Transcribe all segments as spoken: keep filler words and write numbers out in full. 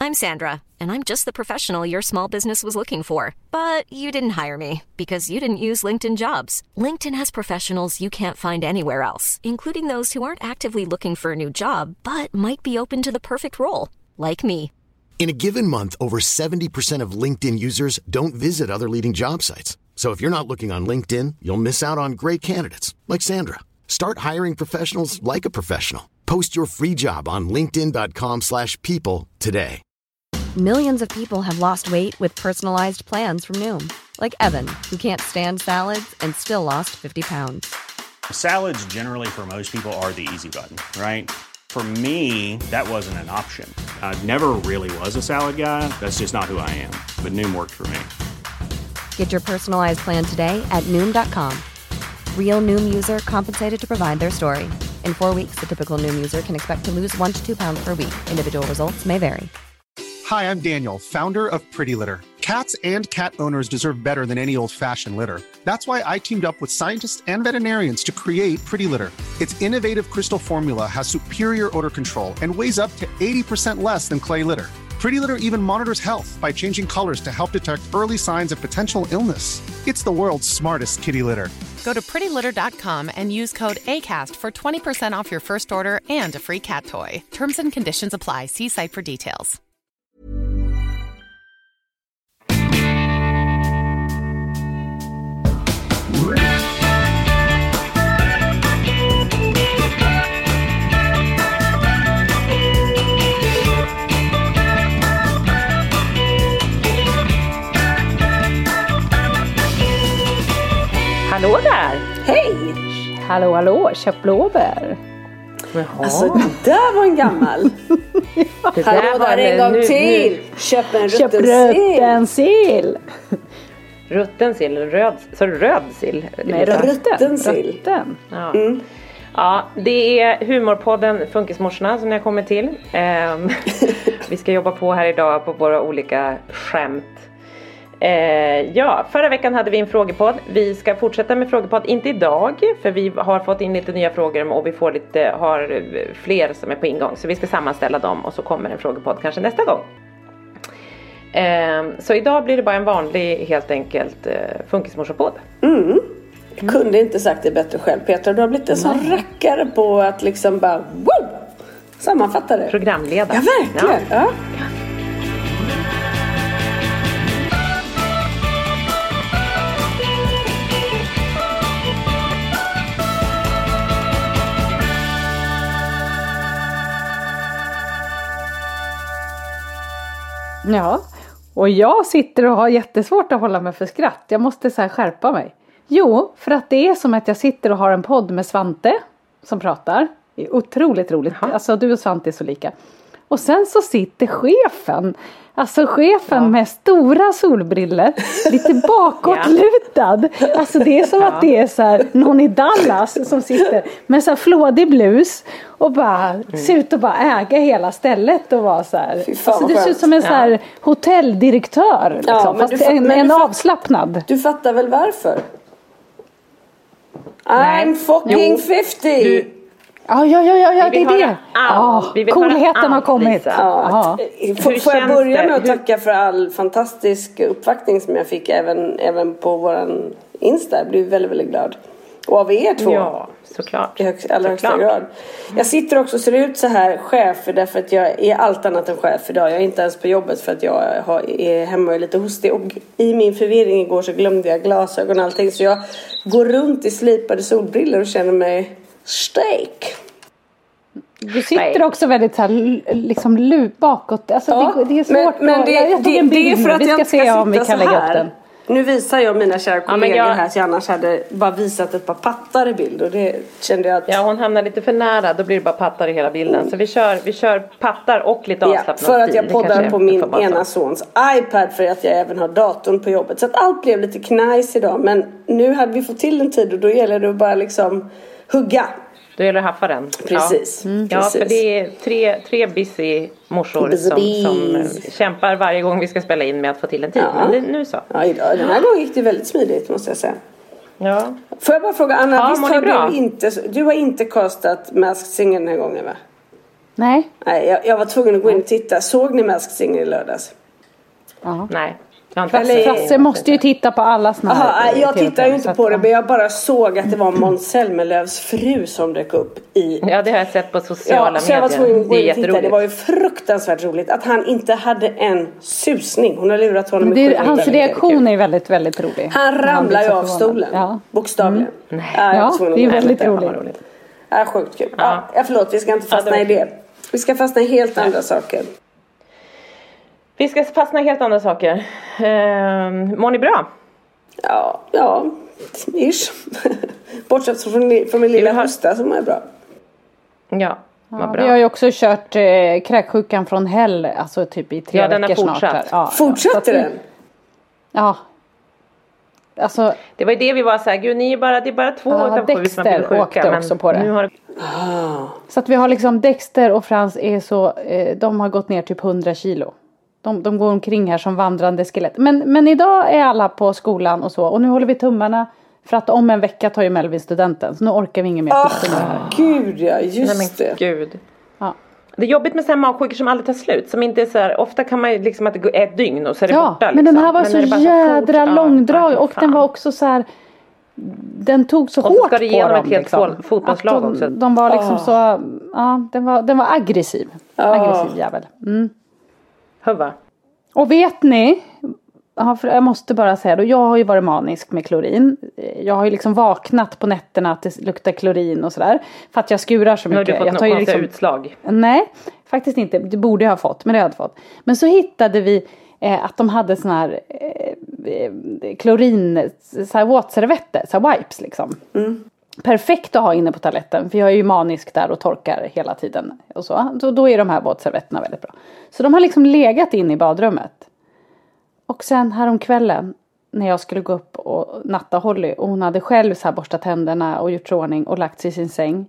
I'm Sandra, and I'm just the professional your small business was looking for. But you didn't hire me because you didn't use LinkedIn Jobs. LinkedIn has professionals you can't find anywhere else, including those who aren't actively looking for a new job, but might be open to the perfect role, like me. In a given month, over seventy percent of LinkedIn users don't visit other leading job sites. So if you're not looking on LinkedIn, you'll miss out on great candidates like Sandra. Start hiring professionals like a professional. Post your free job on linkedin dot com slash people today. Millions of people have lost weight with personalized plans from Noom. Like Evan, who can't stand salads and still lost fifty pounds. Salads generally for most people are the easy button, right? For me, that wasn't an option. I never really was a salad guy. That's just not who I am. But Noom worked for me. Get your personalized plan today at Noom dot com. Real Noom user compensated to provide their story. In four weeks, the typical Noom user can expect to lose one to two pounds per week. Individual results may vary. Hi, I'm Daniel, founder of Pretty Litter. Cats and cat owners deserve better than any old-fashioned litter. That's why I teamed up with scientists and veterinarians to create Pretty Litter. Its innovative crystal formula has superior odor control and weighs up to eighty percent less than clay litter. Pretty Litter even monitors health by changing colors to help detect early signs of potential illness. It's the world's smartest kitty litter. Go to pretty litter dot com and use code ACAST for twenty percent off your first order and a free cat toy. Terms and conditions apply. See site for details. Hallå där! Hej! Hallå, hallå, köp blåbär. Jaha. Alltså det där var en gammal. Ja. Det hallå där, där en gång nu, till. Nu. Köp en köp rutten sill. Rutten sill, röd, så röd sill. Nej, rutten sill. Rutten. Ja. Mm. Ja, det är humorpodden Funkismorsorna som jag kommer till. Um, vi ska jobba på här idag på våra olika skämt. Eh, ja, förra veckan hade vi en frågepodd. Vi ska fortsätta med frågepodd, inte idag, för vi har fått in lite nya frågor och vi får lite, har fler som är på ingång. Så vi ska sammanställa dem och så kommer en frågepodd kanske nästa gång. eh, Så idag blir det bara en vanlig, helt enkelt, eh, Funkismorsorpodd. Mm. Jag kunde inte sagt det bättre själv, Peter. Du har blivit en sån rackare på att liksom bara wow, sammanfatta det. Programledare. Ja, verkligen. Ja. Ja. Ja, och jag sitter och har jättesvårt att hålla mig för skratt. Jag måste så här skärpa mig. Jo, för att det är som att jag sitter och har en podd med Svante som pratar. Det är otroligt roligt. Aha. Alltså du och Svante är så lika. Och sen så sitter chefen. Alltså chefen ja. med stora solbriller. Lite bakåtlutad. Ja. Alltså det är som ja. att det är så här, någon i Dallas som sitter med så här flådig blus. Och bara mm. ser ut att bara äga hela stället. Och vara så här. Alltså det ser ut som en ja. så här hotelldirektör. Liksom, ja, fast du, en, en avslappnad. Du fattar väl varför? Nej. I'm fucking jo. fifty. Du, Ja, ja, ja, ja, det är det. Ja, coolheten har kommit. Ja, får, får jag börja med att tacka för all fantastisk uppvaktning som jag fick även, även på våran Insta. Jag blev väldigt, väldigt glad. Och av er två. Ja, såklart. I högst, allra högsta grad. Jag sitter också och ser ut så här chef därför att jag är allt annat än chef idag. Jag är inte ens på jobbet för att jag har, är hemma och är lite hostig. Och i min förvirring igår så glömde jag glasögon och allting. Så jag går runt i slipade solbriller och känner mig steak. Du sitter också väldigt så här, liksom lup bakåt. Alltså ja, det, det är svårt. Men, men det, jag det, det, det är för att vi ska jag se om vi kan lägga upp den. Nu visar jag mina kära kollegor ja, jag... här, så jag annars hade bara visat ett par pattar i bild. Och det kände jag att... Ja, hon hamnar lite för nära, då blir det bara pattar i hela bilden. Mm. Så vi kör, vi kör pattar och lite avslappnad ja, för att jag poddar på min ena sons iPad, för att jag även har datorn på jobbet. Så att allt blev lite knajs idag. Men nu hade vi fått till en tid och då gäller det att bara liksom hugga. Då gäller det att haffa den. Precis. Ja, mm, ja precis. För det är tre, tre busy morsor busy som, som kämpar varje gång vi ska spela in med att få till en tid. Ja. Men det, nu så. Ja, idag, den här gången gick det väldigt smidigt, måste jag säga. Ja. Får jag bara fråga, Anna, ja, visst har du inte, du har inte castat Masked Singer den här gången, va? Nej. Nej, jag, jag var tvungen att gå in och titta. Såg ni Masked Singer i lördags? Ja. Nej. Frasse, Frasse måste ju titta på alla såna här. Aha, jag tittar ju inte på det, men jag bara såg att det var Måns Zelmerlöws fru som dök upp i... Ja, det har jag sett på sociala ja, så jag var medier. tvungen att gå Det är in och titta. jätteroligt. Det var ju fruktansvärt roligt att han inte hade en susning. Hon har lurat honom det är, i hans reaktion är väldigt, väldigt rolig. Han ramlar ju av stolen. Ja. Bokstavligen. Mm. Ja, ja det är väldigt roligt. roligt. Ja, sjukt kul. Ja. Ja, förlåt, vi ska inte fastna ja, det i det. Vi ska fastna i helt andra saker. Vi ska fastna i helt andra saker. Uh, mår ni bra? Ja, ja, ish. Bortsett från, från min lilla ha... hosta som är bra. Ja, vad ja, bra. Vi har ju också kört eh, kräksjukan från hell, alltså typ i tre ja, veckor den har snart. Här. Ja, Fortsätter ja, den? Ja. Alltså, det var ju det vi var så här, gud ni är bara, det är bara två ja, utav sju som har blivit sjuka. åkte Men också på det. Nu har... ah. Så att vi har liksom Dexter och Frans är så, eh, de har gått ner typ hundra kilo. De, de går omkring här som vandrande skelett. Men, men idag är alla på skolan och så. Och nu håller vi tummarna. För att om en vecka tar ju Melvin studenten. Så nu orkar vi inget mer oh, skit med det här. Gud ja, just Nej, men det. Gud. Ja. Det är jobbigt med sådana magsjukor som aldrig tar slut. Som inte är så här, ofta kan man ju liksom att det går ett dygn och så är det ja, borta. Liksom. Men den här var men så bara jädra så långdrag. ja, och den var också så här... Den tog så och hårt så ska det på igenom dem. ett helt Liksom. fotbollslag de, också. De var liksom oh. så... Ja, den var, den var aggressiv. Oh. Aggressiv jävel. Mm. Huva. Och vet ni... Ja, för jag måste bara säga då, jag har ju varit manisk med klorin. Jag har ju liksom vaknat på nätterna att det luktar klorin och sådär. För att jag skurar så mycket. Nu har du fått jag tar något ju liksom, utslag. Nej, faktiskt inte. Det borde jag ha fått, men det har jag inte fått. Men så hittade vi eh, att de hade sån här eh, klorin, så här våtservetter, så här wipes liksom. Mm. Perfekt att ha inne på toaletten, för jag är ju manisk där och torkar hela tiden. Och så. Så då är de här våtservetterna väldigt bra. Så de har liksom legat in i badrummet. Och sen häromkvällen när jag skulle gå upp och natta Holly och hon hade själv så här borstat tänderna och gjort ordning och lagt sig i sin säng.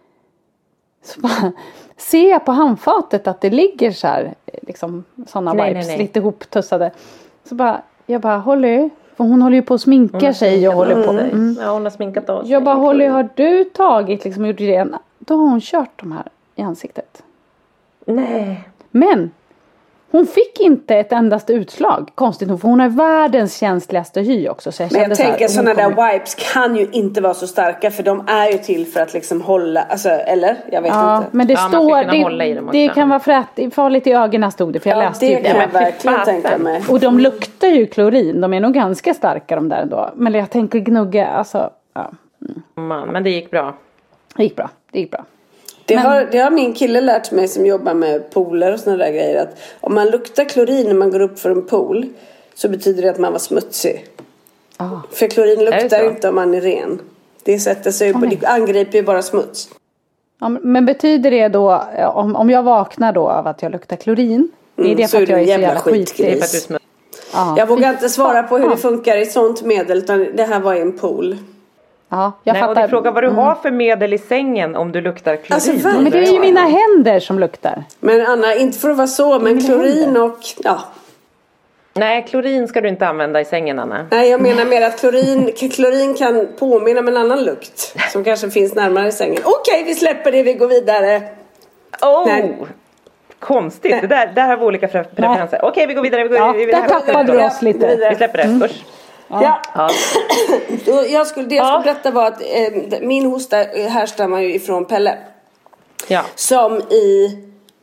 Så bara ser jag på handfatet att det ligger så här liksom sådana nej, wipes nej, nej. lite ihoptussade. Så bara, jag bara Holly, för hon håller ju på att sminka sig och håller på. Mm. Ja, hon har sminkat av sig. Jag bara Holly, har du tagit liksom gjort det? Då har hon kört de här i ansiktet. Nej. Men hon fick inte ett endaste utslag. Konstigt nog, för hon har världens känsligaste hy också. Så jag Men jag tänker så här, sådana kommer... där wipes kan ju inte vara så starka. För de är ju till för att liksom hålla, alltså, eller? Jag vet ja, inte. Men det ja, står, det, det kan vara frätt, farligt i ögonen stod det. För jag ja, läste det ju det. kan jag verkligen ja, tänka mig. Och de luktar ju klorin. De är nog ganska starka de där ändå. Men jag tänker gnugga, alltså. Ja. Mm. Man, men det gick bra. Det gick bra, det gick bra. Det, men... har, det har min kille lärt mig som jobbar med pooler och såna där grejer. Att om man luktar klorin när man går upp för en pool, så betyder det att man var smutsig. Ah. För klorin luktar inte om man är ren. Det sätter sig oh, på, det angriper ju bara smuts. Ja, men betyder det då, om, om jag vaknar då av att jag luktar klorin, mm, är det för att jag är så jävla skitgris? Ah, jag vågar inte svara på hur det funkar i sånt medel, utan det här var i en pool. Ja, jag Nej, fattar. och du frågar vad du mm. har för medel i sängen om du luktar klorin. Alltså, men det är ju mina händer som luktar. Men Anna, inte för att vara så, men klorin och ja. Nej, klorin ska du inte använda i sängen, Anna. Nej, jag menar mer att klorin, klorin kan påminna om en annan lukt som kanske finns närmare i sängen. Okej, vi släpper det, vi går vidare. Oh! Nej. Konstigt, Nej. det där, där har vi olika preferenser. Okej, okay, vi går vidare. Vi går, ja, vi, vi, där tappade vi oss lite. Vi släpper det, mm. Usch. Ja. Ja. jag skulle, det jag skulle berätta var att eh, min hosta härstammar ju ifrån Pelle. Ja. Som i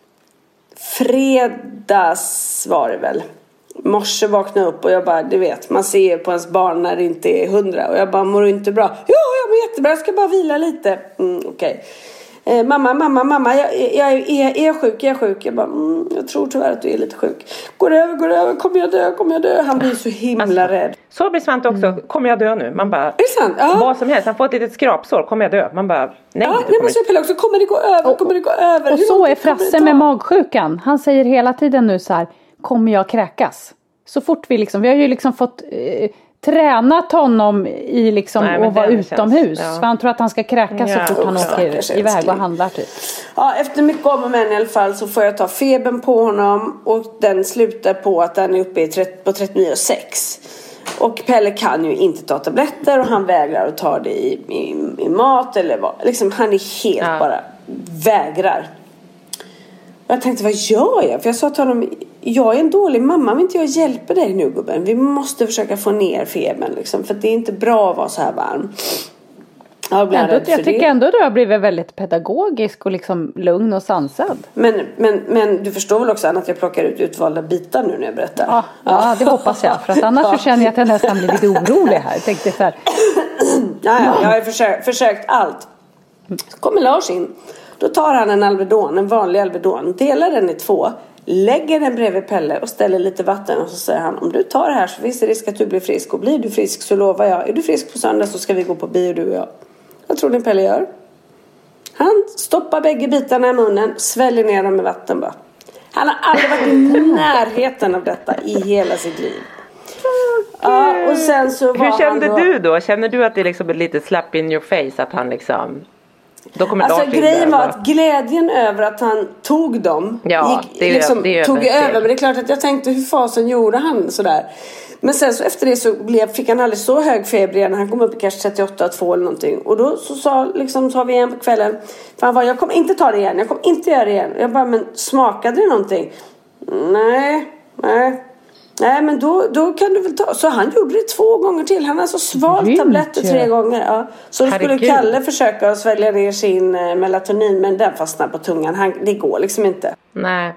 fredags var det väl. Morse vaknade upp och jag bara, du vet, man ser på ens barn när det inte är hundra. Och jag bara, mår du inte bra? Ja, jag mår jättebra, jag ska bara vila lite. Mm, okej. Okay. Eh, mamma, mamma, mamma, jag, jag, jag, jag är sjuk, jag är sjuk. Jag bara, mm, jag tror tyvärr att du är lite sjuk. Går över, går över, kommer jag dö, kommer jag dö? Han blir så himla alltså, rädd. Så blir Svante också, mm. kommer jag dö nu? Man bara, är det sant? Ja. Vad som helst, han får ett litet skrapsår, kommer jag dö? Man bara, nej. Ja, det måste jag pilla också, kommer det gå över, och, kommer det gå över? Och Hur så är Frasse med magsjukan. Han säger hela tiden nu så här, kommer jag kräkas? Så fort vi liksom, vi har ju liksom fått eh, tränat honom i liksom Nej, att vara utomhus. Känns, ja. För han tror att han ska kräkas ja, så fort han åker iväg och handlar typ. Ja, efter mycket om och men i alla fall så får jag ta febern på honom. Och den slutar på att den är uppe i trettio, på trettionio komma sex. Och Pelle kan ju inte ta tabletter och han vägrar att ta det i, i, i mat eller vad. Liksom, han är helt ja. bara vägrar. Jag tänkte, vad gör jag? För jag sa till honom, jag är en dålig mamma, men inte jag hjälper dig nu gubben. Vi måste försöka få ner febern liksom, för det är inte bra att vara så här varm. Jag, ändå, jag tycker det. ändå att du har blivit väldigt pedagogisk och liksom lugn och sansad. Men, men, men du förstår väl också att jag plockar ut utvalda bitar nu när jag berättar? Ja, ja det hoppas jag. För att annars ja. så känner jag att jag nästan blir lite orolig här. Jag tänkte så här. Ja, ja, jag har försökt, försökt allt. Så kommer Lars in. Då tar han en Alvedon, en vanlig Alvedon. Delar den i två. Lägger den bredvid Pelle och ställer lite vatten. Och så säger han, om du tar det här så finns det risk att du blir frisk. Och blir du frisk så lovar jag. Är du frisk på söndag så ska vi gå på bio du och jag. Vad tror ni Pelle gör? Han stoppar bägge bitarna i munnen. Sväljer ner dem med vatten bara. Han har aldrig varit i närheten av detta i hela sitt liv. Ja, och sen så var Hur kände han då... du då? Känner du att det liksom är lite slap in your face? Att han liksom... Alltså grejen var att glädjen över att han tog dem ja, gick, det, liksom, det tog över. Men det är klart att jag tänkte, hur fasen gjorde han sådär? Men sen så efter det så blev, fick han aldrig så hög feber igen. Han kom upp i kanske trettioåtta komma två eller någonting. Och då så sa, liksom, sa vi igen på kvällen. För han var, jag kommer inte ta det igen. Jag kommer inte göra det igen. Jag bara, men smakade det någonting? Nej, nej. Nej, men då, då kan du väl ta. Så han gjorde det två gånger till. Han har alltså svalt Grymt, tabletter tre gånger. Ja. Så då skulle Kalle försöka svälja ner sin eh, melatonin. Men den fastnar på tungan. Han, det går liksom inte. Nej.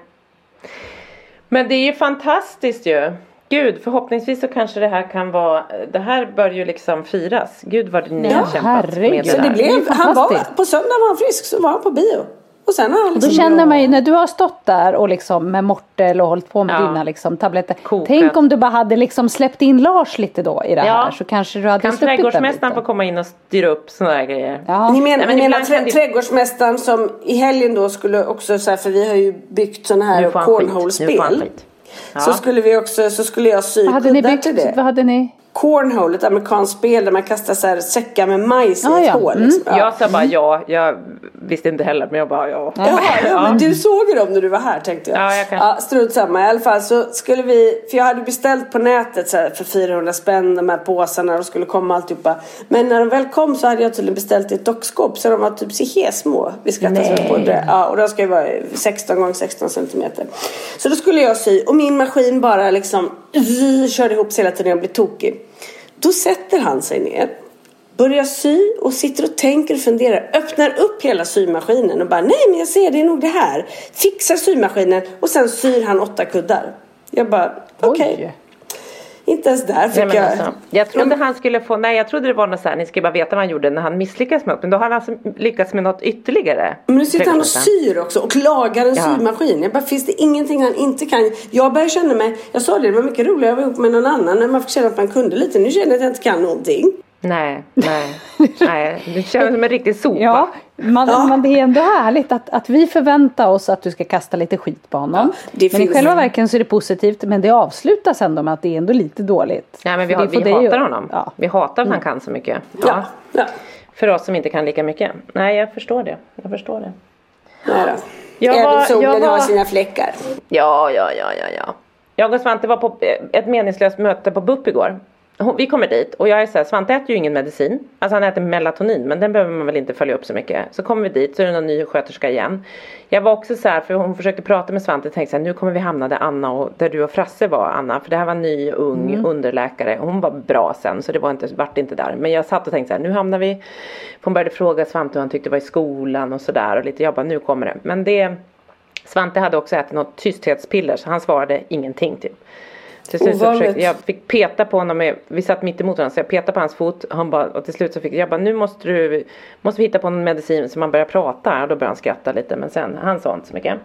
Men det är ju fantastiskt ju. Gud, förhoppningsvis så kanske det här kan vara... Det här bör ju liksom firas. Gud vad ni har kämpat herregud. med det så det där. blev, han var, på söndag var han frisk, så var han på bio. Och sen har han liksom då känner man ju, när du har stått där och liksom med mortel och hållit på med ja. dina liksom tabletter. Kokat. Tänk om du bara hade liksom släppt in Lars lite då i det ja. här. Så kanske du hade kan sluppit trädgårdsmästaren få komma in och styra upp sådana här grejer. Ja. Ni, men, Nej, men ni menar trä, det... trädgårdsmästaren som i helgen då skulle också så här, för vi har ju byggt sådana här cornhole-spel. Ja. Så skulle vi också, så skulle jag sy kuddar till det. Vad hade ni? Cornhole, ett amerikanskt spel där man kastar så här säckar med majs ah, i ett ja. hål. Liksom. Mm. Ja. Jag sa bara ja, jag visste inte heller, men jag bara ja. Ja, ja, ja. Men du såg dem när du var här, tänkte jag. Ja, jag kan. Ja, strunt samma. I alla fall så skulle vi, för jag hade beställt på nätet så här, för fyrahundra spänn de här påsarna och skulle komma alltihopa. Men när de väl kom så hade jag tydligen beställt ett dockskåp så de var typ så här små. Vi skrattade så på det. Ja, och de ska ju vara sexton gånger sexton centimeter. Så då skulle jag sy och min maskin bara liksom zzz, körde ihop sig hela tiden och blev tokig. Då sätter han sig ner, börjar sy och sitter och tänker och funderar. Öppnar upp hela symaskinen och bara, nej men jag ser det är nog det här. Fixar symaskinen och sen syr han åtta kuddar. Jag bara, okej. Okay. Inte ens där fick nej, jag... Alltså, jag trodde jag... han skulle få, nej jag trodde det var något så här, ni ska bara veta vad han gjorde när han misslyckades med upp. Men då har han alltså lyckats med något ytterligare. Men nu sitter han och syr också och lagar en ja. symaskin. Jag bara, finns det ingenting han inte kan? Jag börjar känna mig, jag sa det, det var mycket roligare att vara ihop med någon annan när man fick känna att man kunde lite. Nu känner jag att jag inte kan någonting. Nej, nej, nej. Det känns som en riktig sopa. Ja, man, ja. man, det är ändå härligt att, att vi förväntar oss att du ska kasta lite skit på honom. Ja, men finns... i själva verken så är det positivt, men det avslutas ändå med att det är ändå lite dåligt. Nej, men vi, har, vi hatar ju... honom. Ja. Vi hatar att han kan så mycket. Ja. Ja. Ja. För oss som inte kan lika mycket. Nej, jag förstår det. Jag förstår det. Nej då. Jag Även var, solen jag var... har sina fläckar. Ja, ja, ja, ja, ja. Jag och Svante var på ett meningslöst möte på B U P igår. Vi kommer dit och jag är så här, Svante äter ju ingen medicin. Alltså han äter melatonin, men den behöver man väl inte följa upp så mycket. Så kommer vi dit så är det någon ny sköterska igen. Jag var också så här, för hon försökte prata med Svante och tänkte så här, nu kommer vi hamna där Anna och där du och Frasse var, Anna. För det här var en ny, ung mm. underläkare. Hon var bra sen så det var inte, vart inte där. Men jag satt och tänkte så här, nu hamnar vi. Hon började fråga Svante hur han tyckte det var i skolan och sådär. Och lite, jag bara, nu kommer det. Men det, Svante hade också ätit något tysthetspiller så han svarade ingenting typ. Till slut så försökte, jag fick peta på honom med, vi satt mitt emot honom så jag petade på hans fot han bara, och till slut så fick jag bara, nu måste du måste vi hitta på en medicin så man börjar prata och då började han skratta lite men sen, han sa inte så mycket.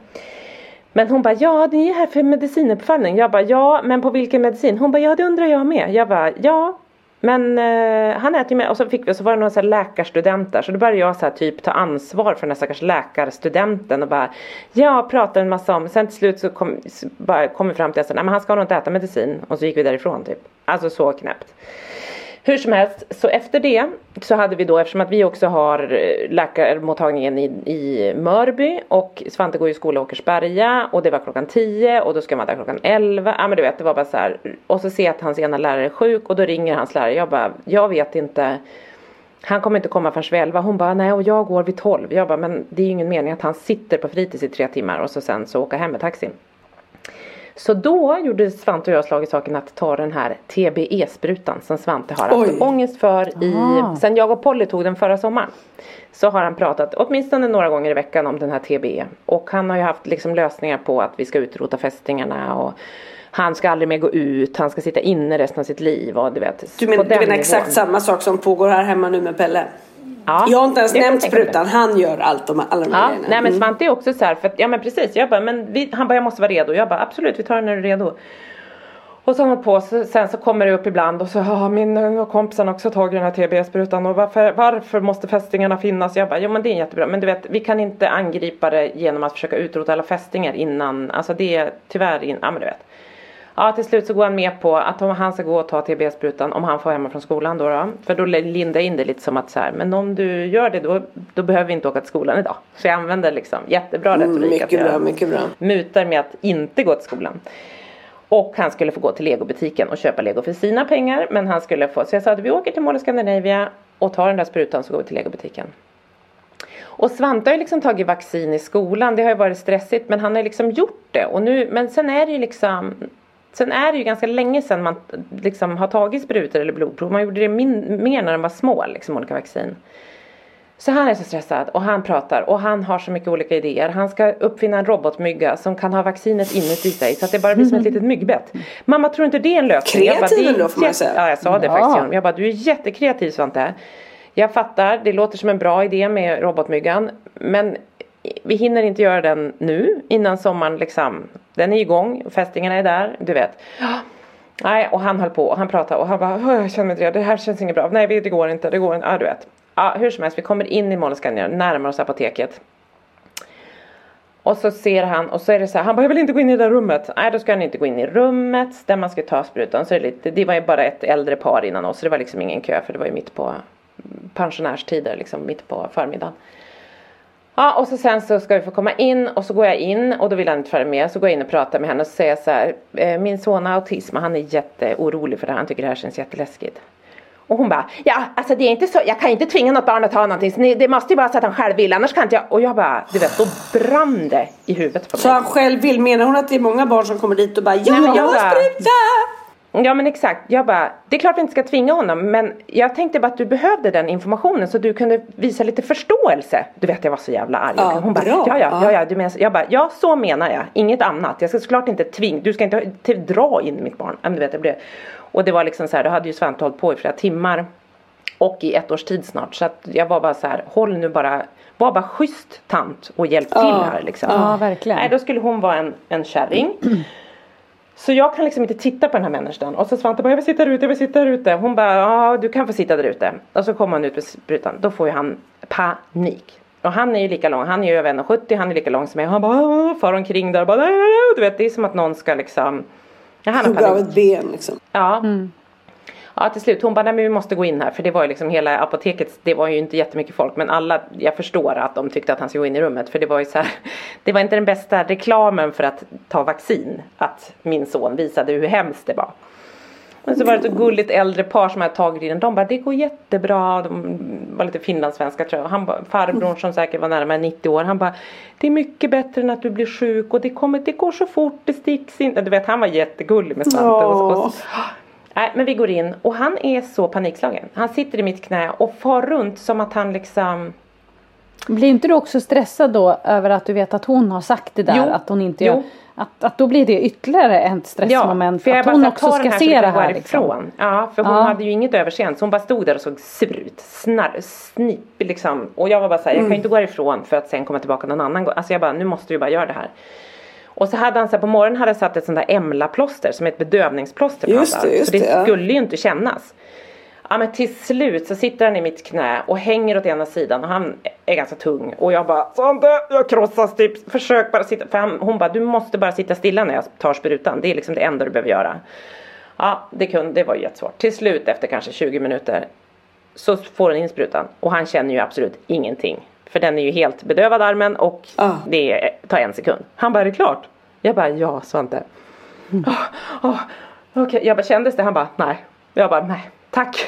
Men hon bara, ja det är här för medicinuppfallning. Jag bara, ja men på vilken medicin? Hon bara, ja det undrar jag med. Jag bara, ja men eh, han äter ju med och så fick vi, och så var det några så här läkarstudenter så då började jag så här typ ta ansvar för den här stackars läkarstudenten och bara ja pratade en massa om sen till slut så kom, så bara kom vi fram till att nej men han ska nog inte äta medicin och så gick vi därifrån typ. Alltså så knäppt. Hur som helst, så efter det så hade vi då, eftersom att vi också har läkarmottagningen i, i Mörby och Svante går i skola i Åkersberga och det var klockan tio och då ska man där klockan elva. Ja men du vet, det var bara så här. Och så ser jag att hans ena lärare är sjuk och då ringer hans lärare. Jag bara, jag vet inte Han kommer inte komma förrän vid elva. Hon bara, nej och jag går vid tolv. Jag bara, men det är ju ingen mening att han sitter på fritids i tre timmar och så sen så åker hem med taxin. Så då gjorde Svante och jag slag i saken att ta den här T B E-sprutan som Svante har haft Oj. ångest för i, ah. sen jag och Polly tog den förra sommaren. Så har han pratat åtminstone några gånger i veckan om den här T B E. Och han har ju haft liksom lösningar på att vi ska utrota fästingarna och han ska aldrig mer gå ut, han ska sitta inne resten av sitt liv och du vet. Du, men, du menar exakt samma sak som pågår här hemma nu med Pelle? Ja, jag har inte ens nämnt sprutan, han gör allt om alla de här ja, grejerna. Nej men Svante är också så här, för att, ja men precis, jag bara, men vi, han bara jag måste vara redo. Jag bara absolut, vi tar den när du är redo. Och så har han på, så, sen så kommer det upp ibland och så har min kompisen också tagit den här T B E-sprutan och varför, varför måste fästingarna finnas? Jag bara, jo men det är jättebra, men du vet, vi kan inte angripa det genom att försöka utrota alla fästingar innan, alltså det är tyvärr, in, ja men du vet. Ja, till slut så går han med på att om han ska gå och ta T B E-sprutan om han får hemma från skolan då, då. För då lindar in det lite som att så här, men om du gör det då, då behöver vi inte åka till skolan idag. Så jag använder liksom jättebra retorik. Mm, mycket bra, mycket bra. Mutar med att inte gå till skolan. Och han skulle få gå till Lego-butiken och köpa Lego för sina pengar. Men han skulle få, så jag sa att vi åker till Mall of Scandinavia och tar den där sprutan så går vi till Lego-butiken. Och Svante har ju liksom tagit vaccin i skolan. Det har ju varit stressigt men han har liksom gjort det. Och nu, men sen är det ju liksom... Sen är det ju ganska länge sedan man liksom har tagit sprutor eller blodprov. Man gjorde det min, mer när de var små, liksom olika vaccin. Så han är så stressad och han pratar och han har så mycket olika idéer. Han ska uppfinna en robotmygga som kan ha vaccinet inuti sig så att det bara blir som ett litet myggbett. Mamma, tror inte det är en lösning? Kreativ då får man säga. Ja, jag sa det ja. faktiskt. Jag bara, du är jättekreativ Svante. Jag fattar, det låter som en bra idé med robotmyggan. Men vi hinner inte göra den nu innan sommaren liksom. Den är igång, fästingarna är där, du vet. Nej, och han höll på och han pratade och han bara, jag känner mig inte det här känns inte bra. Nej, det går inte, det går inte, ja du vet. Ja, hur som helst, vi kommer in i Mall of Scandinavia, närmar oss apoteket. Och så ser han, och så är det så här, han bara, jag vill inte gå in i det där rummet. Nej, då ska han inte gå in i rummet där man ska ta sprutan. Så det, lite, det var ju bara ett äldre par innan oss, så det var liksom ingen kö, för det var ju mitt på pensionärstider, liksom mitt på förmiddagen. Ja, och så sen så ska vi få komma in och så går jag in och då vill han inte följa med. Så går jag in och pratar med henne och säger så här, min son har autism och han är jätteorolig för det här. Han tycker det här känns jätteläskigt. Och hon bara, ja alltså det är inte så, jag kan inte tvinga något barn att ta någonting. Så det måste ju vara så att han själv vill, annars kan inte jag. Och jag bara, du vet, då brann det i huvudet på mig. Så han själv vill, menar hon att det är många barn som kommer dit och bara, ja, jag har spruta! Ja men exakt, jag bara, det är klart vi inte ska tvinga honom. Men jag tänkte bara att du behövde den informationen så du kunde visa lite förståelse. Du vet, jag var så jävla arg. Ja, hon bara, bra. ja ja, ja, ja du menar, jag bara, ja så menar jag, inget annat. Jag ska såklart inte tvinga, du ska inte till, dra in mitt barn. Men du vet, det blev. Och det var liksom så här, då hade ju Svante hållit på i flera timmar. Och i ett års tid snart. Så att jag var bara så här, håll nu bara, var bara schysst tant och hjälp till ja, här liksom. Ja, verkligen. Nej, då skulle hon vara en, en kärring. Så jag kan liksom inte titta på den här människan. Och så Svante bara, jag vill sitta där ute, jag vill sitta där ute. Hon bara, ja du kan få sitta där ute. Och så kommer han ut på sprutan. Då får ju han panik. Och han är ju lika lång, han är ju över en sjuttio, han är lika lång som mig. Och han bara, far omkring där. Bara, du vet, det är som att någon ska liksom... Ja, han har panik. Ett ben liksom. Ja. Mm. Ja, till slut, hon bara, nej men vi måste gå in här. För det var ju liksom hela apoteket, det var ju inte jättemycket folk. Men alla, jag förstår att de tyckte att han skulle gå in i rummet. För det var ju så här, det var inte den bästa reklamen för att ta vaccin. Att min son visade hur hemskt det var. Men så var det ett så gulligt äldre par som hade tagit i den. De bara, det går jättebra. De var lite finlandssvenska tror jag. Han bara, farbror som säkert var närmare nittio år. Han bara, det är mycket bättre än att du blir sjuk. Och det, kommer, det går så fort, det sticks in. Du vet, han var jättegullig med Svante. Och, och, nej, men vi går in och han är så panikslagen. Han sitter i mitt knä och far runt som att han liksom... Blir inte du också stressad då över att du vet att hon har sagt det där? Jo, att hon inte gör, att, att då blir det ytterligare ett stressmoment. Ja, för att hon också ska se det här. Liksom. Ja, för hon ja. hade ju inget överseende. Så hon bara stod där och såg sur ut. Snarr, snipp liksom. Och jag var bara så här, mm. jag kan inte gå ifrån för att sen komma tillbaka någon annan gång. Alltså jag bara, nu måste du bara göra det här. Och så hade han så här, på morgonen hade satt ett sånt där Emla-plåster som ett bedövningsplåster på just det, just så det, det skulle ju inte kännas. Ja men till slut så sitter han i mitt knä och hänger åt ena sidan och han är ganska tung. Och jag bara, Svante, jag krossas typ, försök bara sitta. För han, hon bara, du måste bara sitta stilla när jag tar sprutan. Det är liksom det enda du behöver göra. Ja, det, kunde, det var ju jättesvårt. Till slut efter kanske tjugo minuter så får han in sprutan. Och han känner ju absolut ingenting. För den är ju helt bedövad armen och ah. det tar en sekund. Han bara, är det klart? Jag bara, ja Svante. Mm. Oh, oh, Okej, okay. Jag bara, kändes det? Han bara, nej. Jag bara, nej. Tack,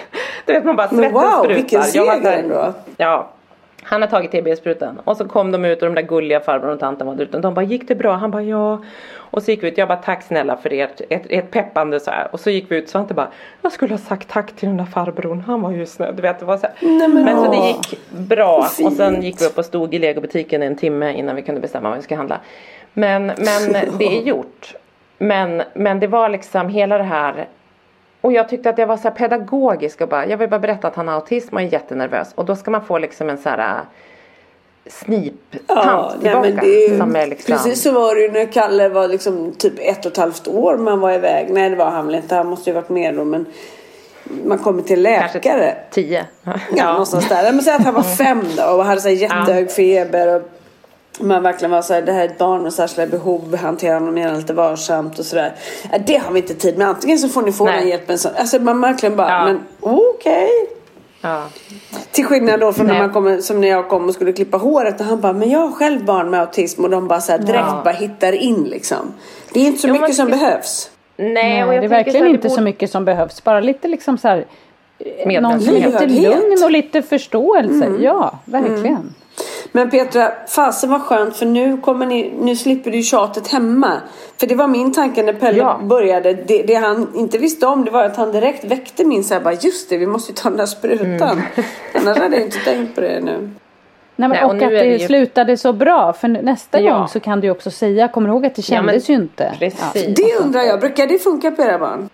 Du vet man bara svetten wow, sprutar. Vilken seger ändå. Ja. Han har tagit T B-sprutan. Och så kom de ut och de där gulliga farbrorn och tanten var där ute. De bara, gick det bra? Han bara, ja. Och så gick vi ut. Jag bara, tack snälla för ert, ett, ett peppande så här. Och så gick vi ut. Svante bara, jag skulle ha sagt tack till den där farbrorn. Han var ju snö. Du vet, det var så här. Nej, men men så det gick bra. Fint. Och sen gick vi upp och stod i legobutiken en timme innan vi kunde bestämma vad vi ska handla. Men, men det är gjort. Men, men det var liksom hela det här. Och jag tyckte att jag var så här pedagogisk och bara, jag vill bara berätta att han har autism och är jättenervös. Och då ska man få liksom en så här sniptant ja, tillbaka. Nej, men det är, som är liksom... Precis så var det ju när Kalle var liksom typ ett och ett halvt år man var iväg. Nej, det var han väl inte, han måste ju varit mer då, men man kommer till läkare. Kanske tio. Ja, ja, någonstans där. Men säg att han var fem då och hade så här jättehög ja. feber och man verkligen var så här, det här är ett barn med särskilda behov, hantera honom mer lite varsamt och sådär. Det har vi inte tid med. Antingen så får ni få Nej. den hjälpen. Alltså man verkligen bara, ja. men okej. Okay. Ja. Till skillnad då från när man kommer, som när jag kom och skulle klippa håret och han bara, men jag har själv barn med autism och de bara så här direkt ja. bara hittar in liksom. Det är inte så jo, mycket som ska... behövs. Nej, Nej och jag det är verkligen inte borde... så mycket som behövs. Bara lite liksom så här någon som är lite lugn och lite förståelse. Mm. Ja, verkligen. Mm. Men Petra, fasen var skönt för nu kommer ni, nu slipper du tjatet hemma. För det var min tanke när Pelle ja. började. Det, det han inte visste om det var att han direkt väckte min så här bara, just det, vi måste ju ta den där sprutan. Mm. Annars hade jag inte tänkt på det nu. Nej, men, Nej, och, och att det, det ju... slutade så bra. För nästa ja. gång så kan du också säga, kommer du ihåg att det kändes ja, men, ju inte. Precis. Ja. Det undrar jag, brukar det funka på era barn?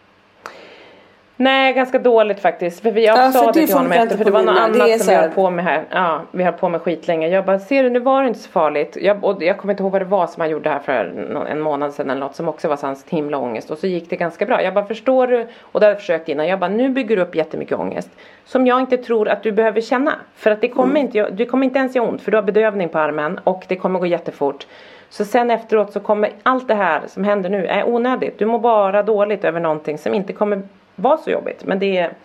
Nej, ganska dåligt faktiskt. För jag ja, sa det till honom efter. För det var något annat som vi höll på med här. Ja, vi höll på med skitlänge. Jag bara, ser du, nu var det inte så farligt. Jag, och jag kommer inte ihåg vad det var som han gjorde här för en månad sedan eller något. Som också var sans himla ångest. Och så gick det ganska bra. Jag bara, förstår du? Och det har jag försökt innan. Jag bara, nu bygger du upp jättemycket ångest. Som jag inte tror att du behöver känna. För att det kommer, mm. inte, du kommer inte ens göra ont. För du har bedövning på armen. Och det kommer gå jättefort. Så sen efteråt så kommer allt det här som händer nu är onödigt. Du mår bara dåligt över någonting som inte kommer var så jobbigt. Men det är,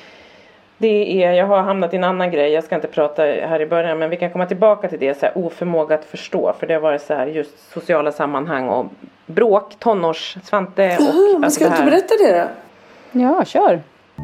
det är, jag har hamnat i en annan grej. Jag ska inte prata här i början, men vi kan komma tillbaka till det. Så här, oförmåga att förstå. För det har varit så här, just sociala sammanhang och bråk, tonårs, Svante och oh, alltså ska du inte berätta det då? Ja, kör.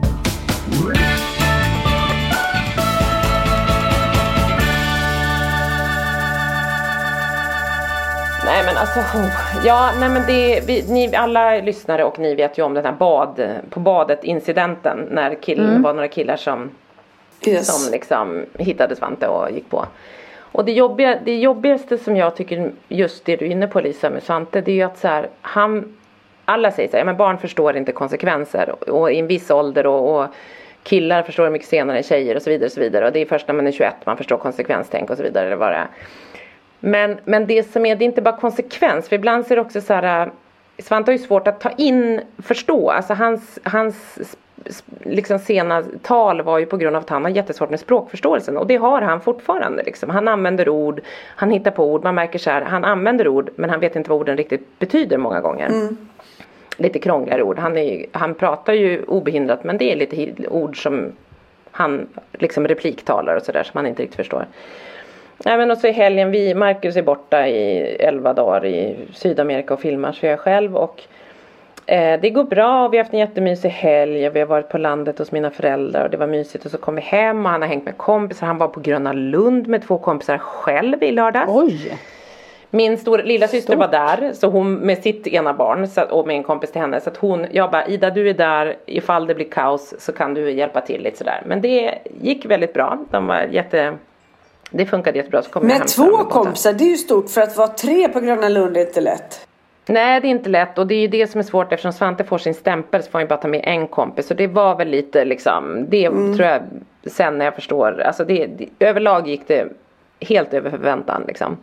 Nej men alltså, ja nej men det, vi, ni alla lyssnare och ni vet ju om den här bad, på badet incidenten när killen, mm. var några killar som, yes. som liksom hittade Svante och gick på. Och det, jobbiga, det jobbigaste som jag tycker, just det du är inne på Lisa med Svante, det är ju att så här, han, alla säger så här, ja men barn förstår inte konsekvenser och, och i en viss ålder och, och killar förstår mycket senare än tjejer och så vidare och så vidare. Och det är först när man är tjugoett man förstår konsekvenstänk och så vidare eller vad det är. Men, men det som är, det är inte bara konsekvens. För ibland så är det också så här, Svante har ju svårt att ta in, förstå. Alltså hans, hans liksom sena tal var ju på grund av att han har jättesvårt med språkförståelsen. Och det har han fortfarande liksom. Han använder ord, han hittar på ord. Man märker så här, han använder ord men han vet inte vad orden riktigt betyder många gånger. Mm. Lite krångligare ord. Han, är, han pratar ju obehindrat men det är lite ord som han liksom repliktalar och sådär som han inte riktigt förstår. Nej men och så i helgen, vi, Marcus är borta i elva dagar i Sydamerika och filmar så jag själv och eh, det går bra, vi har haft en jättemysig helg, vi har varit på landet hos mina föräldrar och det var mysigt och så kom vi hem och han har hängt med kompisar, han var på Gröna Lund med två kompisar själv i lördags. Oj! Min stora lilla syster var där så hon med sitt ena barn så, och med en kompis till henne så att hon, jag bara Ida du är där ifall det blir kaos så kan du hjälpa till lite sådär men det gick väldigt bra, de var jätte det funkade jättebra. Så kom med två kompisar, det är ju stort för att vara tre på Gröna Lund är inte lätt. Nej, det är inte lätt och det är ju det som är svårt eftersom Svante får sin stämpel så får han ju bara ta med en kompis. Så det var väl lite liksom, det mm. tror jag sen när jag förstår, alltså det, det, överlag gick det helt över förväntan liksom.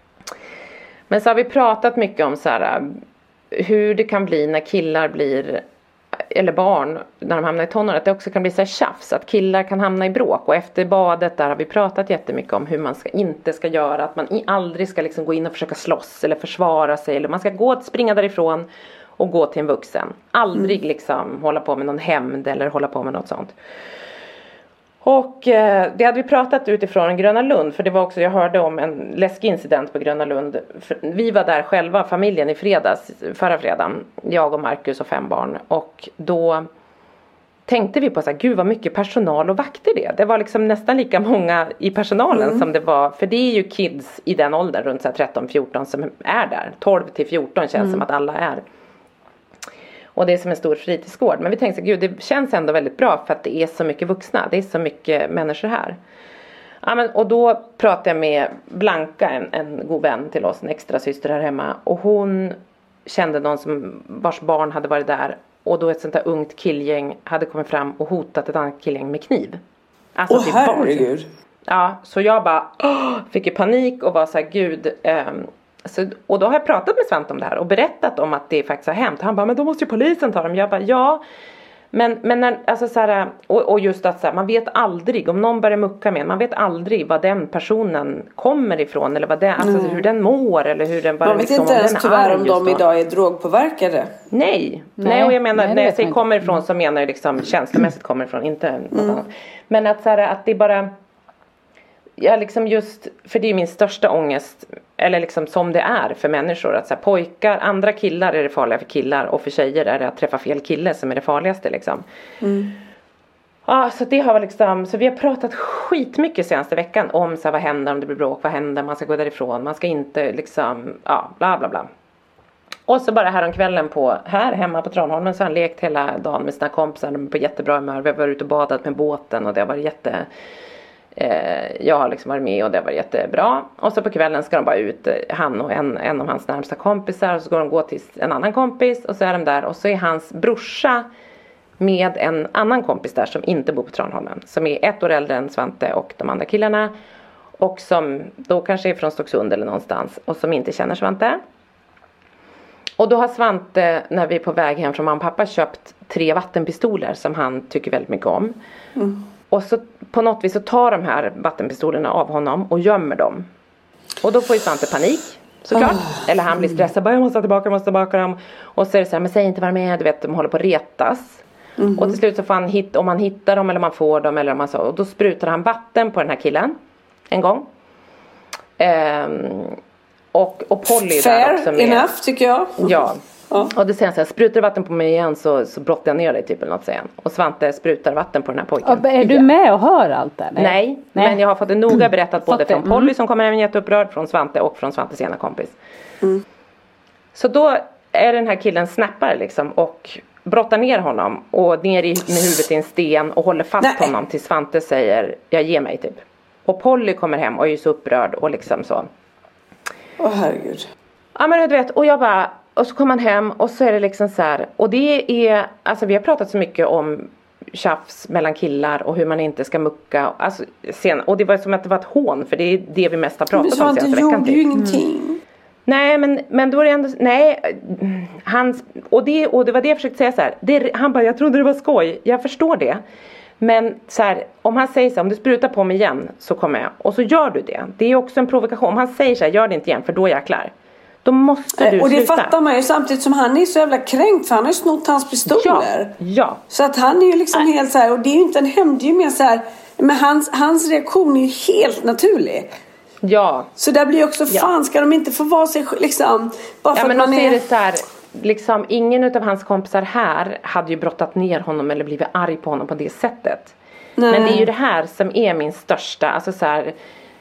Men så har vi pratat mycket om så här, hur det kan bli när killar blir eller barn när de hamnar i tonåren att det också kan bli så här tjafs att killar kan hamna i bråk och efter badet där har vi pratat jättemycket om hur man ska, inte ska göra att man aldrig ska liksom gå in och försöka slåss eller försvara sig eller man ska gå springa därifrån och gå till en vuxen aldrig mm. liksom hålla på med någon hämnd eller hålla på med något sånt. Och eh, det hade vi pratat utifrån Gröna Lund för det var också, jag hörde om en läskig incident på Gröna Lund. Vi var där själva, familjen i fredags, förra fredagen, jag och Marcus och fem barn. Och då tänkte vi på så här, gud vad mycket personal och vakter det. Det var liksom nästan lika många i personalen mm. som det var. För det är ju kids i den åldern runt så här tretton fjorton som är där. tolv till fjorton känns mm. som att alla är. Och det är som en stor fritidsgård. Men vi tänkte så gud det känns ändå väldigt bra för att det är så mycket vuxna. Det är så mycket människor här. Ja, men, och då pratade jag med Blanka, en, en god vän till oss, en extra syster här hemma. Och hon kände någon som, vars barn hade varit där. Och då ett sånt där ungt killgäng hade kommit fram och hotat ett annat killgäng med kniv. Alltså Åh, herregud. Ja, så jag bara åh, fick ju panik och var så här, gud. Um, så, och då har jag pratat med Svante om det här och berättat om att det faktiskt har hänt. Han bara, men då måste ju polisen ta dem. Jag bara, ja. Men, men när, alltså så här, och, och just att så här, man vet aldrig, om någon börjar mucka med, man vet aldrig vad den personen kommer ifrån eller vad det, alltså mm. hur den mår eller hur den bara man vet liksom, inte ens tyvärr om de då. Idag är drogpåverkade. Nej, nej, nej och jag menar, nej, när jag säger kommer ifrån så menar jag liksom känslomässigt kommer ifrån, inte något mm. annat. Men att så här, att det bara ja, liksom just, för det är min största ångest, eller liksom som det är för människor, att så här, pojkar, andra killar är det farliga för killar och för tjejer är det att träffa fel kille som är det farligaste liksom. Mm. Ja, så det har liksom, så vi har pratat skitmycket senaste veckan om så här, vad händer om det blir bråk, vad händer, man ska gå därifrån, man ska inte liksom, ja, bla bla bla. Och så bara häromkvällen på, här hemma på Tranholmen så har han lekt hela dagen med sina kompisar, de är på jättebra humör, vi har varit ute och badat med båten och det har varit jätte... Jag har liksom varit med och det var jättebra. Och så på kvällen ska de bara ut, han och en, en av hans närmsta kompisar. Och så går de gå till en annan kompis. Och så är de där. Och så är hans brorsa med en annan kompis där som inte bor på Tranholmen. Som är ett år äldre än Svante och de andra killarna. Och som då kanske är från Stocksund eller någonstans. Och som inte känner Svante. Och då har Svante, när vi är på väg hem från mamma och pappa, köpt tre vattenpistoler som han tycker väldigt mycket om. Mm. Och så på något vis så tar de här vattenpistolerna av honom och gömmer dem. Och då får ju Svante panik, såklart. Oh. Eller han blir stressad, bara jag måste ha tillbaka, jag måste tillbaka dem. Och så är det så här, men säg inte vad de är, du vet, de håller på att retas. Mm. Och till slut så får han hitta, om man hittar dem eller man får dem eller om man så. Och då sprutar han vatten på den här killen en gång. Ehm, och, och Polly fair där också med. Enough, tycker jag. Ja. Ja. Och det säger han så här, sprutar vatten på mig igen så, så brottar jag ner dig typ eller något, säger han. Och Svante sprutar vatten på den här pojken. Och är du med och hör allt det? Nej, Nej, Nej. Men jag har fått det noga berättat både från Polly mm. som kommer hem jätteupprörd, från Svante och från Svantes ena kompis. Mm. Så då är den här killen snappar liksom och brottar ner honom och ner i, med huvudet i en sten och håller fast Nej. honom till Svante säger, jag ger mig typ. Och Polly kommer hem och är så upprörd och liksom så. Åh oh, herregud. Ja men du vet, och jag bara... Och så kommer han hem och så är det liksom så här. Och det är, alltså vi har pratat så mycket om tjafs mellan killar och hur man inte ska mucka. Alltså, sen, och det var som att det var ett hån, för det är det vi mest har pratat om senaste veckan. Men så gjorde ju ingenting. Mm. Nej, men, men då är det ändå, nej, hans, och, det, och det var det jag försökte säga så här. Det, han bara, jag trodde det var skoj, jag förstår det. Men så här, om han säger så här, om du sprutar på mig igen så kommer jag. Och så gör du det. Det är också en provokation. Om han säger så här, gör det inte igen för då är jag klar. Då måste du och det sluta. fattar man ju samtidigt som han är så jävla kränkt för han har ju snott hans pistoler. Ja, ja. Så att han är ju liksom Nej. helt så här, och det är ju inte en hämnd, det är ju mer så här, men hans, hans reaktion är ju helt naturlig. Ja. Så där blir också, ja. fan ska de inte få vara sig liksom, bara för ja, att men man är... är det så här, liksom ingen av hans kompisar här hade ju brottat ner honom eller blivit arg på honom på det sättet. Nej. Men det är ju det här som är min största, alltså så här,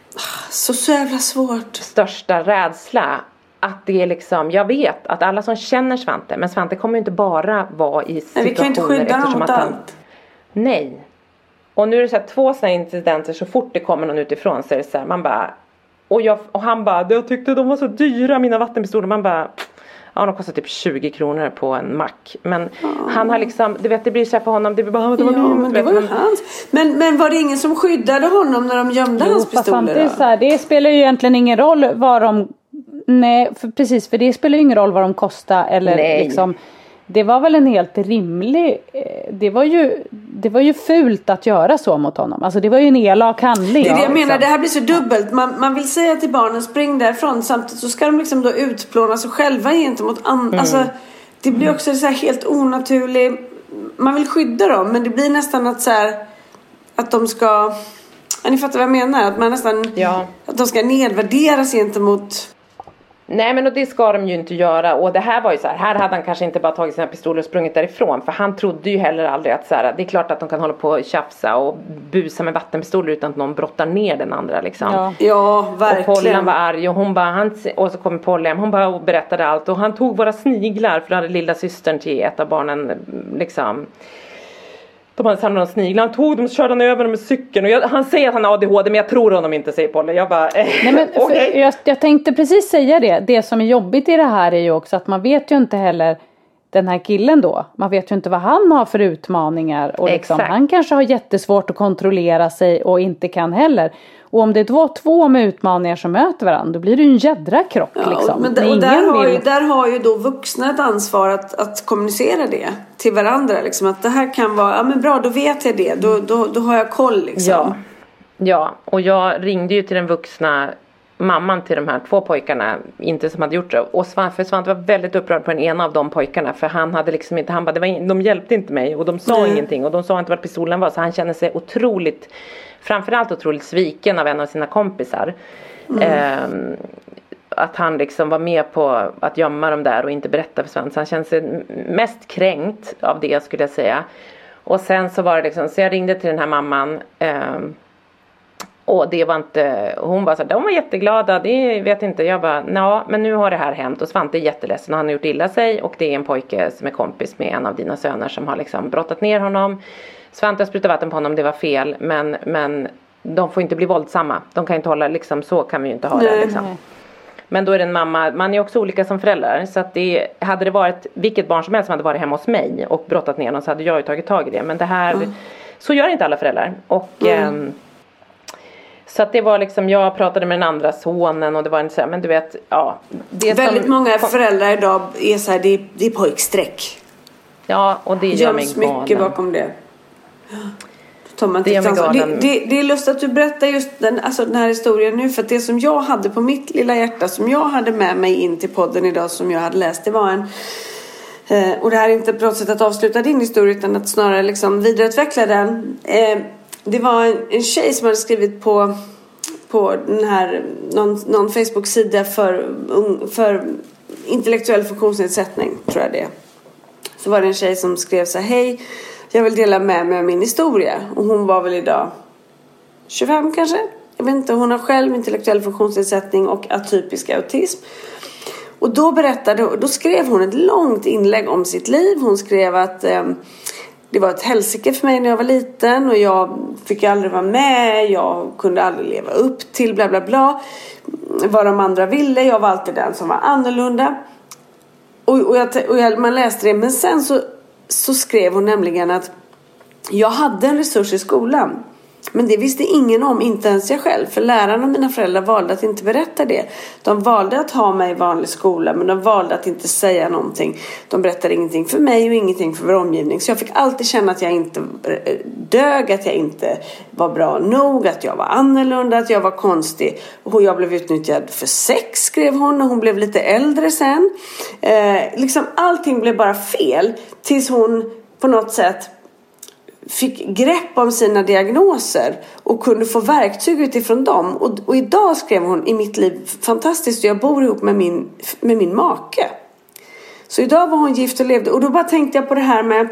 så, så jävla svårt. Största rädsla. Att det är liksom, jag vet att alla som känner Svante, men Svante kommer ju inte bara vara i situationer. Nej, vi kan inte skydda honom mot han, allt. Nej. Och nu är det så här, två sådana incidenter, så fort det kommer någon utifrån så är det så här, man bara, och, jag, och han bara, jag tyckte de var så dyra mina vattenpistoler, man bara, ja de kostar typ tjugo kronor på en mack. Men mm. han har liksom, du vet det blir så här för honom, det blir bara, det var, ja, men det var ju hans. Men, men var det ingen som skyddade honom när de gömde jo, hans pistoler det, är så här, det spelar ju egentligen ingen roll vad de. Nej, för precis, för det spelar ju ingen roll vad de kostar eller Nej. liksom, det var väl en helt rimlig, det var ju det var ju fult att göra så mot honom. Alltså det var ju en elak handling. Det är det jag menar, det här blir så dubbelt. Man, man vill säga till barnen, spring därifrån, samtidigt så ska de liksom då utplåna sig själva gentemot andra. Mm. Alltså det blir också så här helt onaturligt. Man vill skydda dem, men det blir nästan att så här, att de ska, ja, ni fattar vad jag menar, att man nästan, ja. att de ska nedvärderas gentemot Nej, men och det ska de ju inte göra. Och det här var ju så här, här hade han kanske inte bara tagit sina pistoler och sprungit därifrån. För han trodde ju heller aldrig att så här, det är klart att de kan hålla på och tjafsa och busa med vattenpistoler utan att någon brottar ner den andra liksom. Ja, ja verkligen. Och Polly var arg och hon bara, han, och så kom Polly hem, hon bara och berättade allt. Och han tog våra sniglar, för då hade lilla systern till ett av barnen liksom... De hade samlat någon sniglar. Han tog dem och körde han över dem med cykeln. Och jag, han säger att han har A D H D, men jag tror honom inte, säger Polly. Jag bara, eh, Nej, men okay. jag, jag tänkte precis säga det. Det som är jobbigt i det här är ju också att man vet ju inte heller den här killen då. Man vet ju inte vad han har för utmaningar. Och liksom, han kanske har jättesvårt att kontrollera sig och inte kan heller. Och om det är två, två med utmaningar som möter varandra, då blir det ju en jädra krock. Ja, liksom. Men d- och där, har ju, där har ju då vuxna ett ansvar att, att kommunicera det till varandra. Liksom, att det här kan vara, ja men bra, då vet jag det. Då, då, då har jag koll liksom. Ja. ja, och jag ringde ju till den vuxna mamman till de här två pojkarna, inte som hade gjort det. Och Svante, för Svante var väldigt upprörd på den ena av de pojkarna, för han hade liksom inte, han bara, det var in, de hjälpte inte mig och de sa mm. ingenting och de sa inte vart pistolen var, så han kände sig otroligt, framförallt otroligt sviken av en av sina kompisar. Mm. Eh, att han liksom var med på att gömma dem där och inte berätta för Svante, så han kände sig mest kränkt av det, skulle jag säga. Och sen så var det liksom, så jag ringde till den här mamman, eh, och det var inte, hon var så här, de var jätteglada, det vet inte, jag bara, ja men nu har det här hänt och Svante är jätteledsen och han har gjort illa sig och det är en pojke som är kompis med en av dina söner som har liksom brottat ner honom. Svante sprutar vatten på honom, det var fel, men, men de får inte bli våldsamma, de kan inte hålla liksom, så kan vi ju inte ha det liksom. Men då är det en mamma, man är också olika som föräldrar, så att det, hade det varit vilket barn som helst som hade varit hemma hos mig och brottat ner honom, så hade jag ju tagit tag i det, men det här, mm. så gör inte alla föräldrar och mm. eh, så att det var liksom, jag pratade med den andra sonen och det var en så här, men du vet, ja. Det väldigt som, många föräldrar idag är så här, det är, det är pojksträck. Ja, och det gör mig galen. Mycket bakom det. Tar man det, det, det, det är lustigt att du berättar just den, alltså den här historien nu, för att det som jag hade på mitt lilla hjärta, som jag hade med mig in till podden idag, som jag hade läst, det var en, eh, och det här är inte på något sätt att avsluta din historia, utan att snarare liksom vidareutveckla den. Eh, Det var en, en tjej som hade skrivit på, på den här, någon, någon Facebook-sida för, för intellektuell funktionsnedsättning, tror jag det. Så var det en tjej som skrev så här: hej, jag vill dela med mig av min historia. Och hon var väl idag tjugofem kanske? Jag vet inte, hon har själv intellektuell funktionsnedsättning och atypisk autism. Och då berättade, då skrev hon ett långt inlägg om sitt liv. Hon skrev att eh, det var ett helsike för mig när jag var liten och jag fick aldrig vara med, jag kunde aldrig leva upp till bla bla bla vad de andra ville, jag var alltid den som var annorlunda. Och, och, jag, och jag, man läste det, men sen så, så skrev hon nämligen att jag hade en resurs i skolan, men det visste ingen om, inte ens jag själv. För lärarna och mina föräldrar valde att inte berätta det. De valde att ha mig i vanlig skola, men de valde att inte säga någonting. De berättade ingenting för mig och ingenting för vår omgivning. Så jag fick alltid känna att jag inte dög, att jag inte var bra nog, att jag var annorlunda, att jag var konstig. Och jag blev utnyttjad för sex, skrev hon, och hon blev lite äldre sen. Eh, liksom allting blev bara fel tills hon på något sätt fick grepp om sina diagnoser och kunde få verktyg utifrån dem. Och, och idag, skrev hon, i mitt liv fantastiskt, jag bor ihop med min, med min make. Så idag var hon gift och levde. Och då bara tänkte jag på det här med,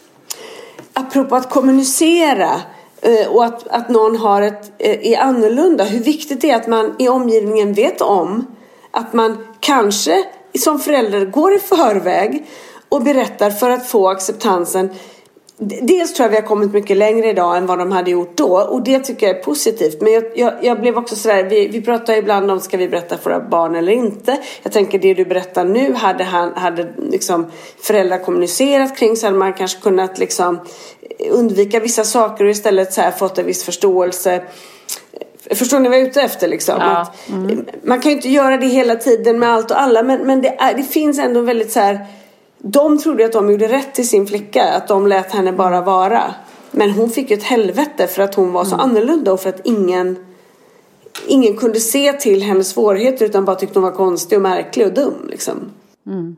apropå att kommunicera eh, och att, att någon har ett, eh, är annorlunda. Hur viktigt det är att man i omgivningen vet om att man kanske som förälder går i förväg och berättar för att få acceptansen. Dels tror jag vi har kommit mycket längre idag än vad de hade gjort då. Och det tycker jag är positivt. Men jag, jag, jag blev också sådär, vi, vi pratar ibland om, ska vi berätta för våra barn eller inte. Jag tänker, det du berättar nu, hade, han, hade liksom föräldrar kommunicerat kring, så hade man kanske kunnat liksom undvika vissa saker och istället så här fått en viss förståelse. Förstår ni vad jag är ute efter liksom? Ja. Att, mm. Man kan ju inte göra det hela tiden med allt och alla. Men, men det, är, det finns ändå väldigt så här. De trodde att de gjorde rätt till sin flicka, att de lät henne bara vara. Men hon fick ju ett helvete för att hon var så mm. annorlunda och för att ingen ingen kunde se till hennes svårigheter utan bara tyckte hon var konstig och märklig och dum liksom. Mm.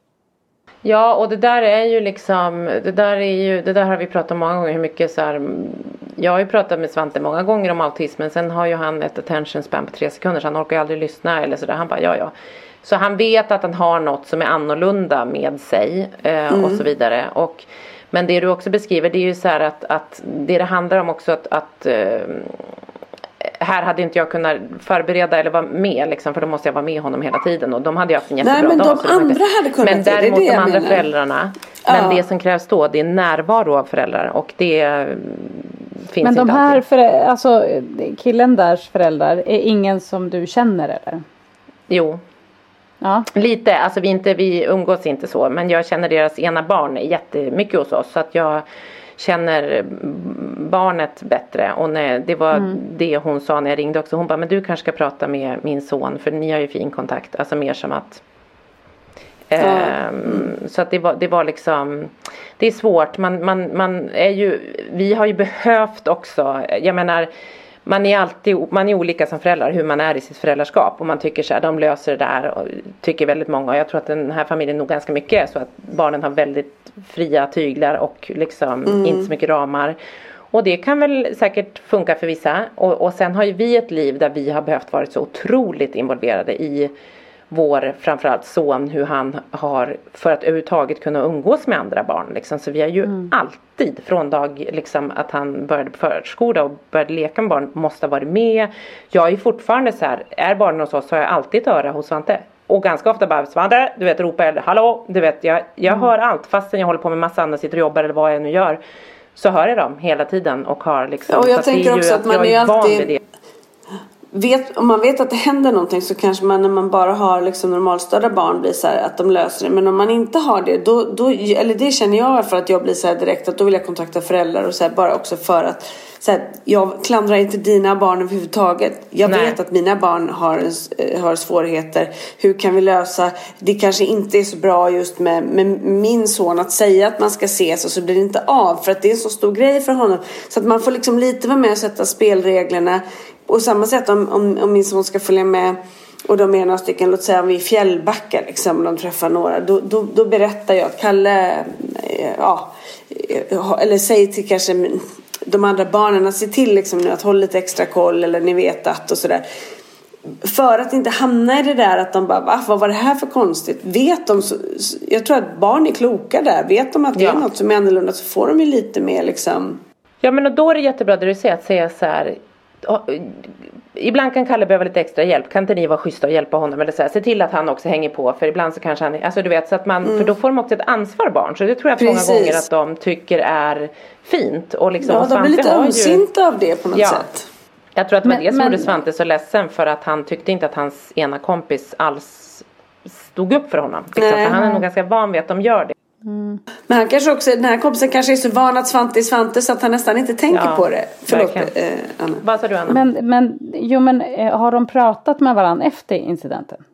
Ja, och det där är ju liksom, det där är ju, det där har vi pratat om många gånger, hur mycket så här, jag har ju pratat med Svante många gånger om autismen, sen har ju han ett attention span på tre sekunder så han orkar ju aldrig lyssna eller sådär, han bara ja ja. Så han vet att han har något som är annorlunda med sig eh, mm. och så vidare. Och, men det du också beskriver, det är ju så här att, att det det handlar om också att, att eh, här hade inte jag kunnat förbereda eller vara med liksom, för då måste jag vara med honom hela tiden och de hade ju haft en jättebra Nej, men dag. de andra inte... hade kunnat men däremot det, det de andra menar. föräldrarna. Ja. Men det som krävs då, det är närvaro av föräldrar och det finns men de inte här alltid. För, alltså, killen därs föräldrar är ingen som du känner eller? Jo. Ja. Lite, alltså vi, inte, vi umgås inte så, men jag känner deras ena barn jättemycket hos oss så att jag känner barnet bättre och när, det var mm. det hon sa när jag ringde också, hon bara, men du kanske ska prata med min son för ni har ju fin kontakt, alltså mer som att mm. eh, så att det var, det var liksom det är svårt, man, man, man är ju vi har ju behövt också, jag menar man är alltid, man är olika som föräldrar hur man är i sitt föräldraskap och man tycker så här, de löser det där och tycker väldigt många och jag tror att den här familjen nog ganska mycket så att barnen har väldigt fria tyglar och liksom mm. inte så mycket ramar och det kan väl säkert funka för vissa och, och sen har ju vi ett liv där vi har behövt vara så otroligt involverade i vår framförallt son, hur han har för att överhuvudtaget kunna umgås med andra barn liksom. Så vi har ju mm. alltid från dag liksom, att han började på förskola och började leka med barn måste ha varit med. Jag är fortfarande så här, är barnen hos oss så har jag alltid ett öra hos Svante. Och ganska ofta bara, Svante, du vet, ropa eller hallå, du vet, jag, jag mm. hör allt fastän jag håller på med massa andra, sitter och jobbar eller vad jag nu gör. Så hör jag dem hela tiden och har liksom, och jag så tänker att också att, att man är, är alltid vet, om man vet att det händer någonting så kanske man när man bara har liksom normalstörda barn blir så här att de löser det. Men om man inte har det då, då eller det känner jag för att jag blir så här direkt att då vill jag kontakta föräldrar och så här, bara också för att så här, jag klandrar inte dina barn överhuvudtaget. Jag Nej. vet att mina barn har, har svårigheter. Hur kan vi lösa? Det kanske inte är så bra just med, med min son att säga att man ska ses och så blir det inte av för att det är en så stor grej för honom. Så att man får liksom lite vara med och sätta spelreglerna. Och samma sätt om, om, om min son ska följa med och de är några stycken, låt säga om vi är fjällbackar liksom, om de träffar några, då, då, då berättar jag att Kalle, ja, eller säger till kanske de andra barnen att se till liksom nu att hålla lite extra koll eller ni vet att och sådär. För att inte hamna i det där att de bara, va, vad var det här för konstigt? Vet de, så, jag tror att barn är kloka där, vet de att det ja. är något som är annorlunda så får de ju lite mer liksom. Ja men och då är det jättebra det du säger att säga så här. Ibland kan Kalle behöva lite extra hjälp. Kan inte ni vara schyssta och hjälpa honom eller så här, se till att han också hänger på för ibland så kanske han, alltså du vet så att man mm. för då får de också ett ansvar barn så det tror jag Precis. många gånger att de tycker är fint och liksom ja, och de blir lite ömsinta ju... av det på något ja. sätt. Jag tror att det var men, det som men... gjorde Svante så ledsen för att han tyckte inte att hans ena kompis alls stod upp för honom. Liksom, för han är nog ganska van vid att de gör det. Mm. Men han kanske också, den här kompisen kanske är så van att Svante är Svante så att han nästan inte tänker ja, på det. Förlåt, eh, Anna. Vad sa du, Anna? Men, men, jo, men har de pratat med varandra efter incidenten?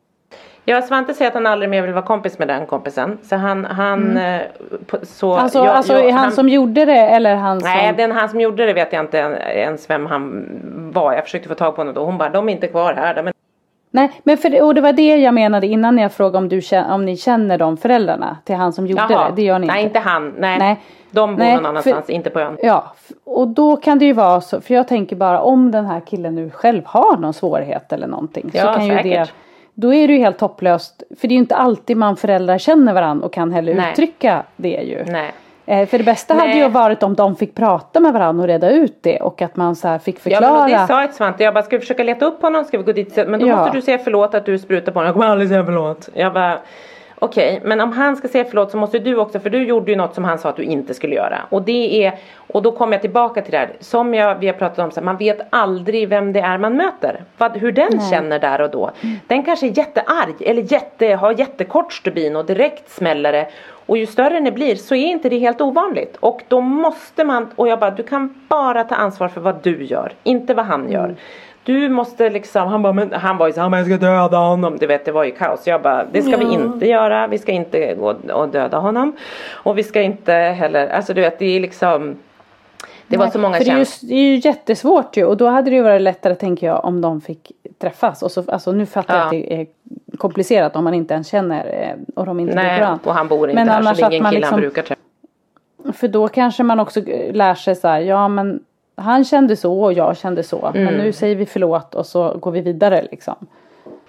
Ja, Svante säger att han aldrig mer vill vara kompis med den kompisen. Så han, han mm. så Alltså, jag, alltså jag, är han, han som gjorde det eller han som... Nej, den han som gjorde det vet jag inte ens vem han var. Jag försökte få tag på honom då. Hon bara, de är inte kvar här. Men... Nej, men för det, och det var det jag menade innan jag frågade om, du, om ni känner de föräldrarna till han som gjorde Jaha. det. Det gör ni Nej, inte. inte han. Nej, Nej. de bor Nej, någon annanstans, för, inte på ön. Ja, och då kan det ju vara så. För jag tänker bara om den här killen nu själv har någon svårighet eller någonting. Ja, så kan säkert. ju det, då är det ju helt hopplöst. För det är ju inte alltid man föräldrar känner varandra och kan heller Nej. uttrycka det ju. Nej. För det bästa Nej. hade ju varit om de fick prata med varandra och reda ut det. Och att man så här fick förklara. Ja, men det sa ett Svante. Jag bara, ska vi försöka leta upp honom? Ska vi gå dit? Men då ja. måste du säga förlåt att du sprutar på honom. Jag kommer aldrig säga förlåt. Jag bara, okej. Okay, men om han ska säga förlåt så måste du också. För du gjorde ju något som han sa att du inte skulle göra. Och det är, och då kommer jag tillbaka till det här. Som jag, vi har pratat om, så här, man vet aldrig vem det är man möter. Vad, hur den Nej. känner där och då. Den kanske är jättearg. Eller jätte, har jättekort stubin och direkt smäller det. Och ju större det blir så är inte det helt ovanligt. Och då måste man, och jag bara, du kan bara ta ansvar för vad du gör. Inte vad han gör. Mm. Du måste liksom, han bara, men han var ju så här, jag ska döda honom. Du vet, det var ju kaos. Jag bara, det ska mm. vi inte göra. Vi ska inte gå och döda honom. Och vi ska inte heller, alltså du vet, det är liksom... Det Nej, var så många för det är, ju, det är ju jättesvårt ju. Och då hade det ju varit lättare, tänker jag, om de fick träffas. Och så, alltså, nu fattar jag ja. att det är komplicerat om man inte ens känner och de inte Nej, bor varandra. och han bor inte men här så det är ingen kille liksom, han brukar träffa. För då kanske man också lär sig så här, ja men han kände så och jag kände så. Mm. Men nu säger vi förlåt och så går vi vidare liksom.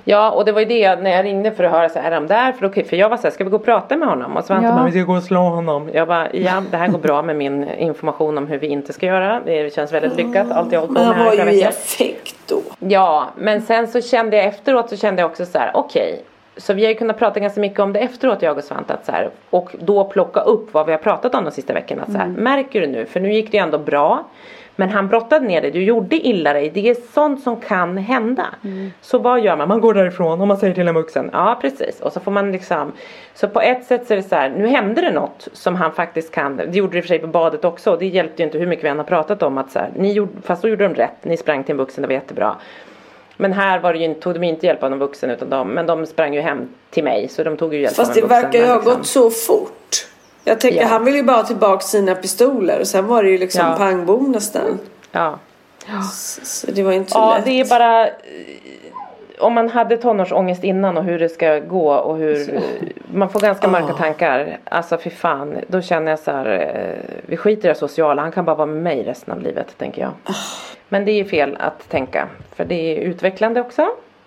Ja, och det var ju det när jag ringde för att höra så här, är de där? För, då, för jag var så här, ska vi gå och prata med honom? Och Svante ja. bara, vi ska gå och slå honom. Jag bara, ja, det här går bra med min information om hur vi inte ska göra. Det känns väldigt lyckat, allt jag hållit på med. Men han var ju i affekt då. Ja, men sen så kände jag efteråt så kände jag också så här, okej. Okay, så vi har ju kunnat prata ganska mycket om det efteråt, jag och Svante, att så här, och då plocka upp vad vi har pratat om de sista veckorna. Så här, mm. Märker du nu? För nu gick det ju ändå bra. Men han brottade ner dig, du gjorde illa dig. Det är sånt som kan hända. Mm. Så vad gör man? Man går därifrån och man säger till en vuxen. Ja, precis. Och så får man liksom. Så på ett sätt så är det så här. Nu hände det något som han faktiskt kan. Det gjorde det i och för sig på badet också. Det hjälpte ju inte hur mycket vi än har pratat om. Att så här, ni gjorde, fast då gjorde de rätt. Ni sprang till en vuxen, det var jättebra. Men här var det ju, tog de inte hjälp av någon vuxen. Utan de, men de sprang ju hem till mig. Så de tog ju hjälp fast av en vuxen. Fast det verkar ju ha liksom gått så fort. Jag tänker, ja. Han vill ju bara tillbaka sina pistoler. Och sen var det ju liksom ja. Pangbom nästan. Ja. Så, så det var inte så ja, lätt. det är bara om man hade tonårsångest innan och hur det ska gå och hur man får ganska mörka oh. tankar. Alltså för fan, då känner jag så här, vi skiter i det sociala, han kan bara vara med mig resten av livet, tänker jag. Oh. Men det är fel att tänka, för det är utvecklande också.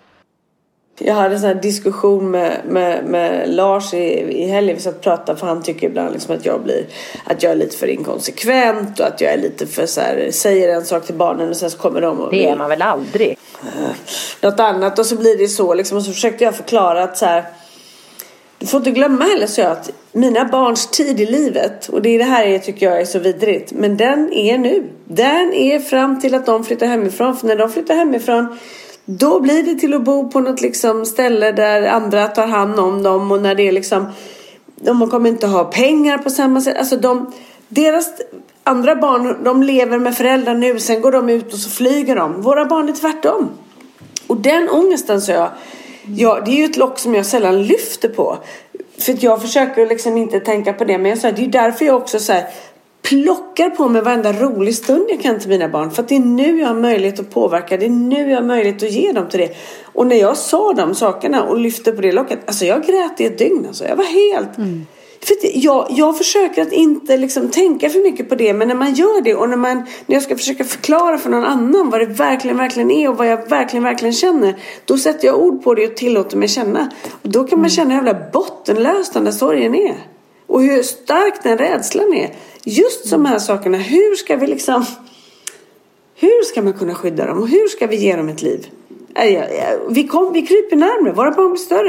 Jag hade en sån här diskussion med, med, med Lars i, i helgen. Vi satt och pratade, för han tycker ibland liksom att jag blir att jag är lite för inkonsekvent och att jag är lite för så här, säger en sak till barnen och sen så kommer de och det är man väl aldrig. Något annat, och så blir det så liksom, och så försökte jag förklara att så här, du får inte glömma heller, så jag, att mina barns tid i livet, och det är det här jag tycker jag är så vidrigt, men den är nu. Den är fram till att de flyttar hemifrån, för när de flyttar hemifrån då blir det till att bo på något liksom ställe där andra tar hand om dem, och när det är liksom, de kommer inte ha pengar på samma sätt. Alltså de, deras andra barn, de lever med föräldrar nu, sen går de ut och så flyger de. Våra barn är tvärtom. Och den ångesten, så jag, ja, det är ju ett lock som jag sällan lyfter på. För att jag försöker liksom inte tänka på det, men jag säger, det är därför jag också så här, plockar på mig varenda rolig stund jag kan till mina barn. För att det är nu jag har möjlighet att påverka. Det är nu jag har möjlighet att ge dem till det. Och när jag sa de sakerna och lyfte på det locket, alltså jag grät i ett dygn. Alltså. Jag var helt... Mm. För jag, jag försöker att inte liksom tänka för mycket på det. Men när man gör det, och när, man, när jag ska försöka förklara för någon annan vad det verkligen, verkligen är och vad jag verkligen, verkligen känner, då sätter jag ord på det och tillåter mig känna. Och då kan man känna hur jävla bottenlös den där sorgen är. Och hur stark den rädslan är. Just de här sakerna. Hur ska vi liksom... Hur ska man kunna skydda dem? Och hur ska vi ge dem ett liv? Vi, kom, vi kryper närmare. Våra barn blir större.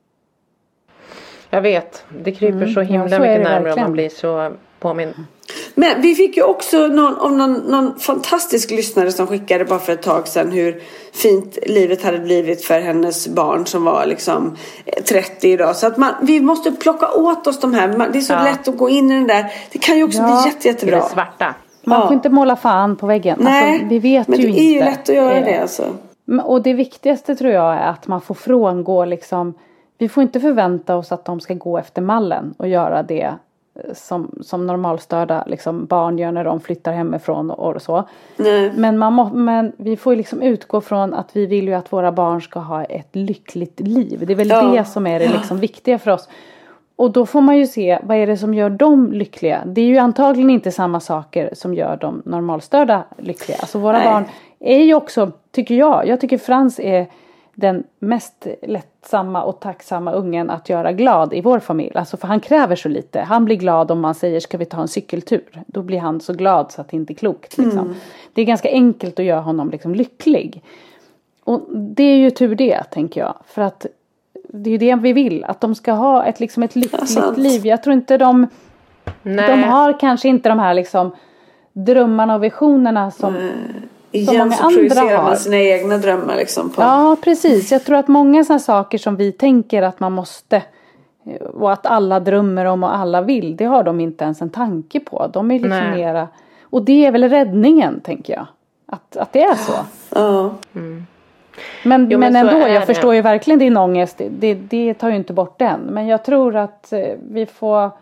Jag vet. Det kryper mm. så himla ja, så mycket närmare om man blir så påminn. Men vi fick ju också någon, om någon, någon fantastisk lyssnare som skickade bara för ett tag sedan hur fint livet hade blivit för hennes barn som var liksom trettio idag. Så att man, vi måste plocka åt oss de här. Det är så ja. lätt att gå in i den där. Det kan ju också ja. bli jätte, jättebra. Det är svarta. Man ja. får inte måla fan på väggen. Nej, alltså, vi vet men ju det inte. är ju lätt att göra det alltså. Och det viktigaste tror jag är att man får frångå liksom, vi får inte förvänta oss att de ska gå efter mallen och göra det som, som normalstörda liksom, barn gör när de flyttar hemifrån och, och så. Nej. Men, man må, men vi får liksom utgå från att vi vill ju att våra barn ska ha ett lyckligt liv. Det är väl ja. det som är det liksom viktiga för oss. Och då får man ju se, vad är det som gör dem lyckliga? Det är ju antagligen inte samma saker som gör dem normalstörda lyckliga. Alltså våra Nej. barn är ju också, tycker jag, jag tycker Frans är den mest lättsamma och tacksamma ungen att göra glad i vår familj. Alltså för han kräver så lite. Han blir glad om man säger, ska vi ta en cykeltur? Då blir han så glad så att det inte är klokt. Liksom. Mm. Det är ganska enkelt att göra honom liksom lycklig. Och det är ju tur det, tänker jag. För att det är ju det vi vill. Att de ska ha ett, liksom ett lyckligt liv. Jag tror inte de... Nej. De har kanske inte de här liksom drömmarna och visionerna som... Mm. Igen många så projicerar man sina egna drömmar liksom på. Ja, precis. Jag tror att många sådana saker som vi tänker att man måste och att alla drömmer om och alla vill, det har de inte ens en tanke på. De är liksom Nej. mera, och det är väl räddningen, tänker jag. Att, att det är så. Ja. Mm. Men, jo, men, men ändå, jag det. förstår ju verkligen din ångest. Det, det, det tar ju inte bort den. Men jag tror att vi får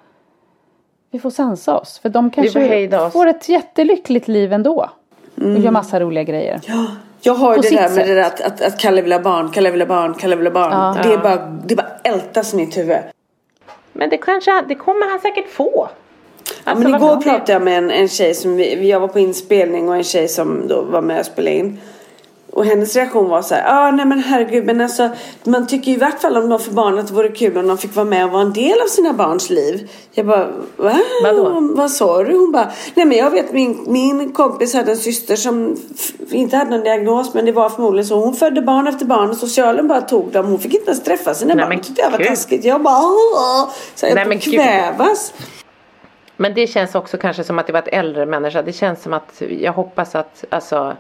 vi får sansa oss. För de kanske får ett jättelyckligt liv ändå. Mm. Och gör massa roliga grejer. Ja, jag har ju det där med sätt. det där att, att, att Kalle vill ha barn, Kalle vill ha barn, Kalle vill ha barn. Ja. Det är bara, det är bara ältas mitt huvud. Men det kanske, det kommer han säkert få. Ja, alltså, men igår pratade jag med en, en tjej som vi, jag var på inspelning och en tjej som då var med och spelade in. Och hennes reaktion var så här, ja ah, nej men herregud, men alltså man tycker ju i vart fall om de för barnet att det vore kul om de fick vara med och vara en del av sina barns liv. Jag bara, va? Vadå? Vad sa du? Hon bara, nej men jag vet min, min kompis hade en syster som f- inte hade någon diagnos, men det var förmodligen så. Hon födde barn efter barn och socialen bara tog dem. Hon fick inte ens träffa sina nej, barn. Men tyckte jag var taskigt. Jag bara, åh! Så jag nej, kvävas. Men det känns också kanske som att det var ett äldre människa. Det känns som att jag hoppas att, alltså,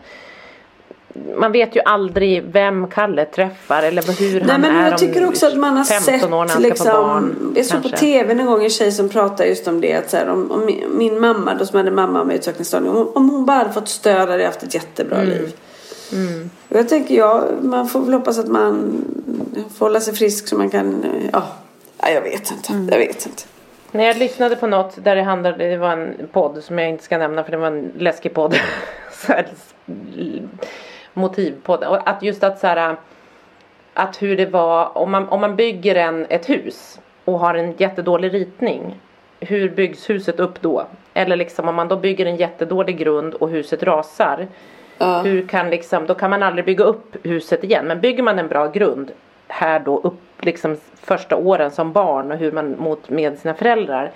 man vet ju aldrig vem Kalle träffar eller hur nej, han men är. Jag tycker också att man har sett liksom, jag såg på tv en gång en tjej som pratade just om det att så här, om, om min, min mamma då som hade mamma med utsökningsstadium, om, om hon bara hade fått stöd hade haft ett jättebra mm. liv. Mm. Och jag tänker ja, man får väl hoppas att man får hålla sig frisk så man kan ja, ja jag vet inte. Mm. Jag vet inte. När jag lyssnade på något där det handlade, det var en podd som jag inte ska nämna för det var en läskig podd. Så här, motivpodd. Och att just att så här, att hur det var om man, om man bygger en, ett hus och har en jättedålig ritning. Hur byggs huset upp då? Eller liksom om man då bygger en jättedålig grund och huset rasar. Uh. Hur kan liksom, då kan man aldrig bygga upp huset igen. Men bygger man en bra grund här då upp liksom första åren som barn och hur man mot med sina föräldrar.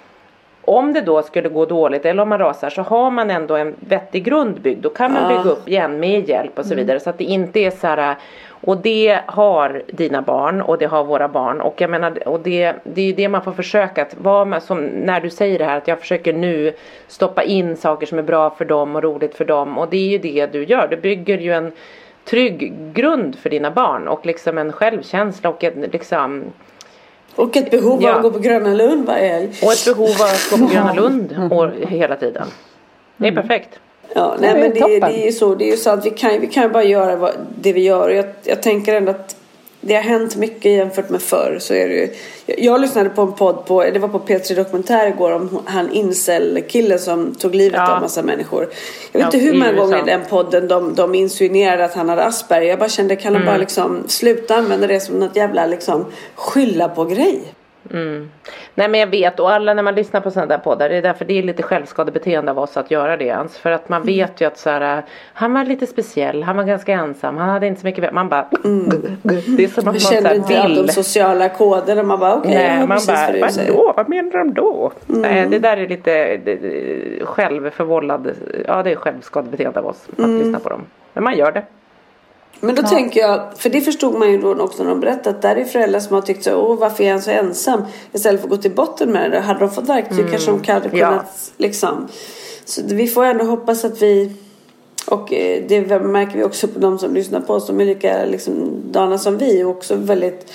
Om det då skulle gå dåligt eller om man rasar så har man ändå en vettig grund byggd. Då kan man bygga upp igen med hjälp och så vidare. Mm. Så att det inte är så här, och det har dina barn och det har våra barn. Och jag menar, och det, det är ju det man får försöka att vara med, som när du säger det här att jag försöker nu stoppa in saker som är bra för dem och roligt för dem. Och det är ju det du gör. Du bygger ju en trygg grund för dina barn och liksom en självkänsla och en liksom... Och ett behov ja. av att gå på Gröna Lund varje helg. Och ett behov av att gå på Gröna Lund och hela tiden. Det är perfekt. Ja, nej, men det, det är ju så. Det är ju så att vi kan, vi kan bara göra vad, det vi gör. Jag, jag tänker ändå att det har hänt mycket jämfört med förr. Så är det ju, jag, jag lyssnade på en podd på, det var på P tre Dokumentär igår om han incel-killen som tog livet ja. av en massa människor. Jag vet ja, inte hur många gånger den podden de, de insinuerade att han hade Asperger. Jag bara kände, kan mm. de bara liksom sluta använda det som något jävla liksom skylla på grej? Mm. Nej men jag vet, och alla när man lyssnar på sådana där poddar, det är därför det är lite självskadebeteende av oss att göra det ens. För att man vet ju att så här, han var lite speciell, han var ganska ensam, han hade inte så mycket, man bara mm. det är som att man känner inte vill. De sociala koderna, man bara okej, okay, man bara, vadå, vad menar de då? Mm. Nej, det där är lite det, självförvållad, ja det är självskadebeteende av oss att mm. lyssna på dem, men man gör det. Men då ja. tänker jag, för det förstod man ju då också när de berättade att där är föräldrar som har tyckt så, åh varför är han så ensam? Istället för att gå till botten med det, hade de fått verktyg mm. kanske de hade kunnat ja. liksom. Så vi får ändå hoppas att vi, och det märker vi också på de som lyssnar på oss, som är lika liksom dana som vi, och också väldigt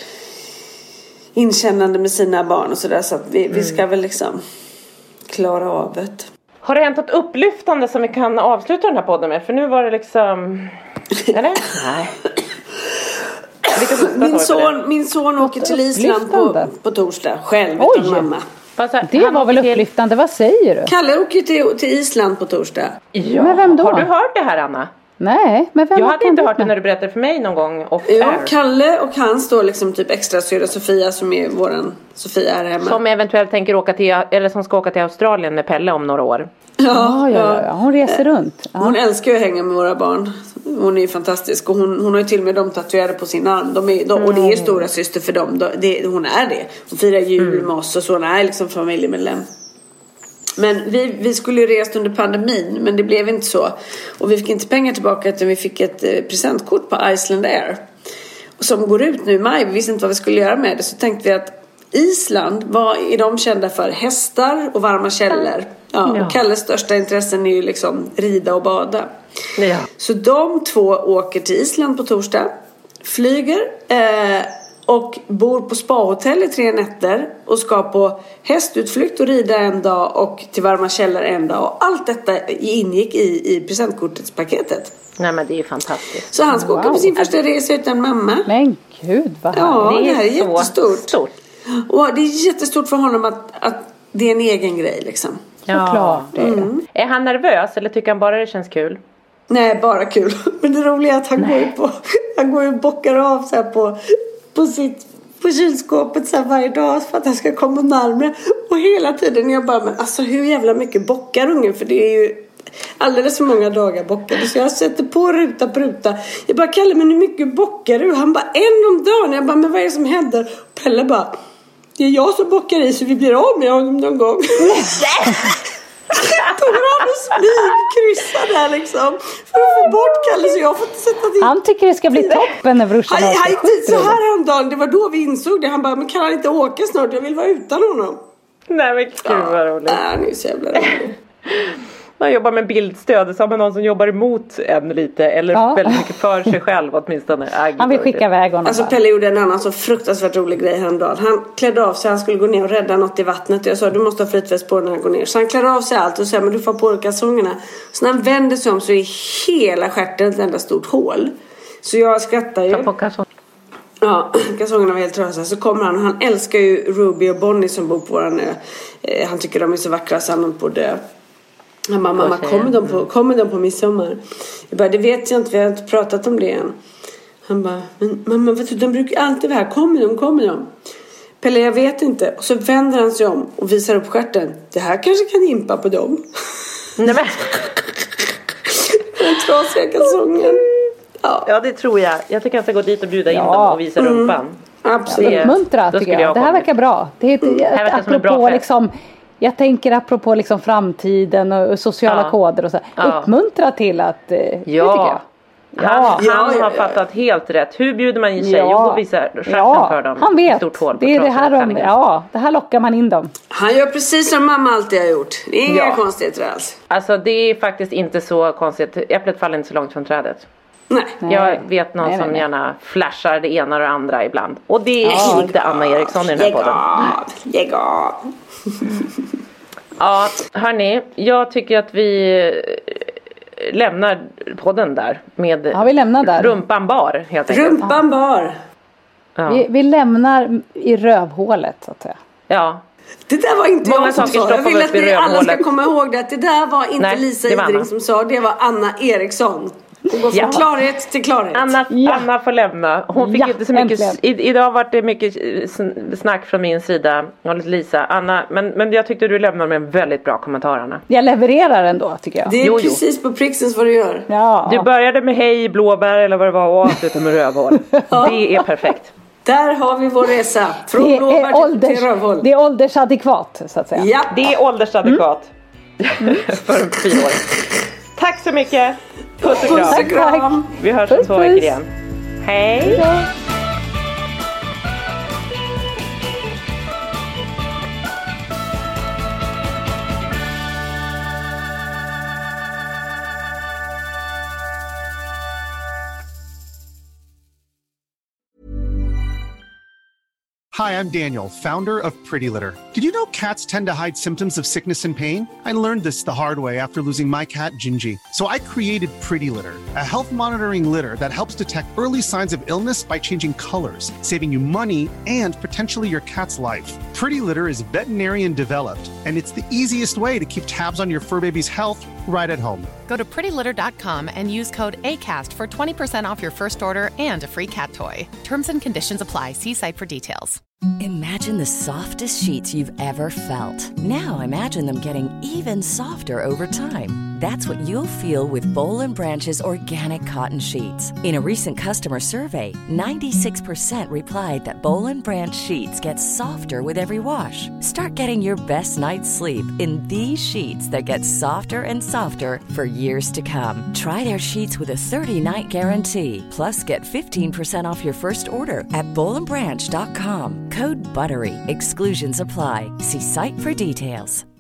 inkännande med sina barn och sådär, så att vi, mm. vi ska väl liksom klara av det. Har det hänt något upplyftande som vi kan avsluta den här podden med? För nu var det liksom... Eller? Nej. Min son, min son åker till Island på, på torsdag. Själv Oj. utan mamma. Det var väl upplyftande. Vad säger du? Kalle åker till, till Island på torsdag. Ja. Men vem då? Har du hört det här, Anna? Nej, men vem? Jag hade inte hört det när du berättade för mig någon gång. Jo, Kalle och han står liksom typ extra syra Sofia, som är våran Sofia här hemma. Som eventuellt tänker åka till, eller som ska åka till Australien med Pelle om några år. Ja, ja, ja, ja. Hon reser runt. Ja. Hon älskar ju att hänga med våra barn. Hon är ju fantastisk. Och hon, hon har ju till och med dem tatuerade på sin arm. De är, de, och det är stora syster för dem. De, det, hon är det. Hon firar jul mm. med oss och så. Hon är liksom familjemedlem. Men vi, vi skulle ju resa under pandemin, men det blev inte så. Och vi fick inte pengar tillbaka, utan vi fick ett eh, presentkort på Iceland Air. Som går ut nu i maj. Vi visste inte vad vi skulle göra med det. Så tänkte vi att Island, vad är de kända för? Hästar och varma källor. Ja, ja. Och Kalles största intressen är ju liksom rida och bada. Ja. Så de två åker till Island på torsdag. Flyger eh, och bor på spahotell i tre nätter. Och ska på hästutflykt och rida en dag. Och till varma källor en dag. Och allt detta ingick i, i presentkortets paketet. Nej, men det är ju fantastiskt. Så han ska wow. åka på sin första resa utan mamma. Men gud, vad ja, det är, det här är så jättestort. Stort. Och det är jättestort för honom att, att det är en egen grej liksom. Ja, det är, mm. är han nervös eller tycker han bara det känns kul? Nej, bara kul. Men det roliga är att han Nej. går ju på, han går ju och bockar av så här på, på sitt på kylskåpet så här varje dag för att han ska komma närmare. Och hela tiden jag bara, men alltså hur jävla mycket bockar ungen? För det är ju alldeles för många dagar bockade. Så jag sätter på ruta på ruta. Jag bara, Kalle, men hur mycket bockar du? Han bara, en om dagen. Jag bara, men vad är det som händer? Och Pelle bara, det är jag som bockar i så vi blir av med honom någon gång. Tog han och smygkryssade där liksom för att få bort Kalle, så jag får inte sätta dit. Han tycker det ska bli toppen när brorsan han, åker han gick dit så skjuter. här häromdagen. Det var då vi insåg det. Han bara, men kan han inte åka snart? Jag vill vara utan honom. Nej men gud vad roligt. Ja, han är ju så jävla rolig. Man jobbar med bildstöd, så har man någon som jobbar emot en lite. Eller Ja. väldigt mycket för sig själv åtminstone. Äh, Han vill skicka iväg honom. Alltså bara. Pelle gjorde en annan så fruktansvärt rolig grej häromdagen. Han klädde av sig, han skulle gå ner och rädda något i vattnet. Jag sa, du måste ha flytväst på när han går ner. Så han klädde av sig allt och sa, men du får på dig kalsongerna. Så när han vände sig om så är hela stjärten ett enda stort hål. Så jag skrattar ju. Ta på kalsong. Ja, kalsongerna var helt trasiga. Så kommer han och han älskar ju Ruby och Bonnie som bor på våran ö. Eh, han tycker de är så vackra så han på det. Han bara, mamma, kommer de på, kommer de på midsommar? Jag bara, det vet jag inte, vi har inte pratat om det än. Han bara, men mamma, vet du, de brukar alltid vara här. Kommer de, kommer de? Pelle, jag vet inte. Och så vänder han sig om och visar upp stjärten. Det här kanske kan impa på dem. Nej men. Den trasiga kalsongen. Ja. Ja det tror jag. Jag tycker jag ska gå dit och bjuda in Ja. dem och visa rumpan. Absolut. Det- Uppmuntra då tycker skulle jag. jag Det här komma. verkar bra. Det är, Det här verkar som en bra apropå fest. liksom, jag tänker apropå liksom framtiden och sociala Ja. koder och så. Ja. Uppmuntra till att, eh, det tycker jag. Han, Ja. han Ja, har ja, ja. fattat helt rätt. Hur bjuder man in tjej? Ja. Jo, då visar stjärten Ja, för dem. han vet. Stort hål på Det är det trasiga här de, klänningen. ja, det här lockar man in dem. Han gör precis som mamma alltid har gjort. Det är inga Ja. konstigheter alls. Alltså det är faktiskt inte så konstigt. Äpplet faller inte så långt från trädet. Nej. Jag vet någon Nej, nej, som nej. gärna flashar det ena och det andra ibland. Och det är Ja. inte Anna Eriksson i den här Lägg podden. av, lägg av. Ja, hörni. Jag tycker att vi eh, lämnar podden där. Med Ja, vi lämnar där. rumpan bar helt enkelt. Rumpan bar. Ja. Vi, vi lämnar i rövhålet så att säga. ja. Det där var inte Många jag som saker sa. Jag stoppar vill vi att upp i ni alla ska rövhålet. komma ihåg det. Att det där var inte Nej, Lisa det var Idring Anna. som sa. Det var Anna Eriksson. Hon går från Ja. klarhet till klarhet. Anna, Ja. Anna får lämna. Hon fick Ja, inte så mycket. äntligen. I, idag var det mycket sn- snack från min sida. Och lite Lisa. Anna, men, men jag tyckte du lämnade med en väldigt bra kommentar, Anna. Jag levererar ändå tycker jag. Det är Jo, jo. precis på pricksens vad du gör. Ja. Du började med hej, blåbär eller vad det var och avslutade med rövhål. Det är perfekt. Där har vi vår resa. Från det, blåbär är till, ålders, till rövhål. det är åldersadekvat så att säga. Ja. Det är åldersadekvat. För en fyraåring. Tack så mycket. Puss och Puss och kram. kram. Vi hörs om Puss, två puss. veckor igen. Hej. Hi, I'm Daniel, founder of Pretty Litter. Did you know cats tend to hide symptoms of sickness and pain? I learned this the hard way after losing my cat, Gingy. So I created Pretty Litter, a health monitoring litter that helps detect early signs of illness by changing colors, saving you money and potentially your cat's life. Pretty Litter is veterinarian developed, and it's the easiest way to keep tabs on your fur baby's health right at home. Go to pretty litter dot com and use code ACAST for twenty percent off your first order and a free cat toy. Terms and conditions apply. See site for details. Imagine the softest sheets you've ever felt. Now imagine them getting even softer over time. That's what you'll feel with Boll and Branch's organic cotton sheets. In a recent customer survey, ninety-six percent replied that Boll and Branch sheets get softer with every wash. Start getting your best night's sleep in these sheets that get softer and softer for years to come. Try their sheets with a thirty-night guarantee. Plus, get fifteen percent off your first order at boll and branch dot com. Code BUTTERY. Exclusions apply. See site for details.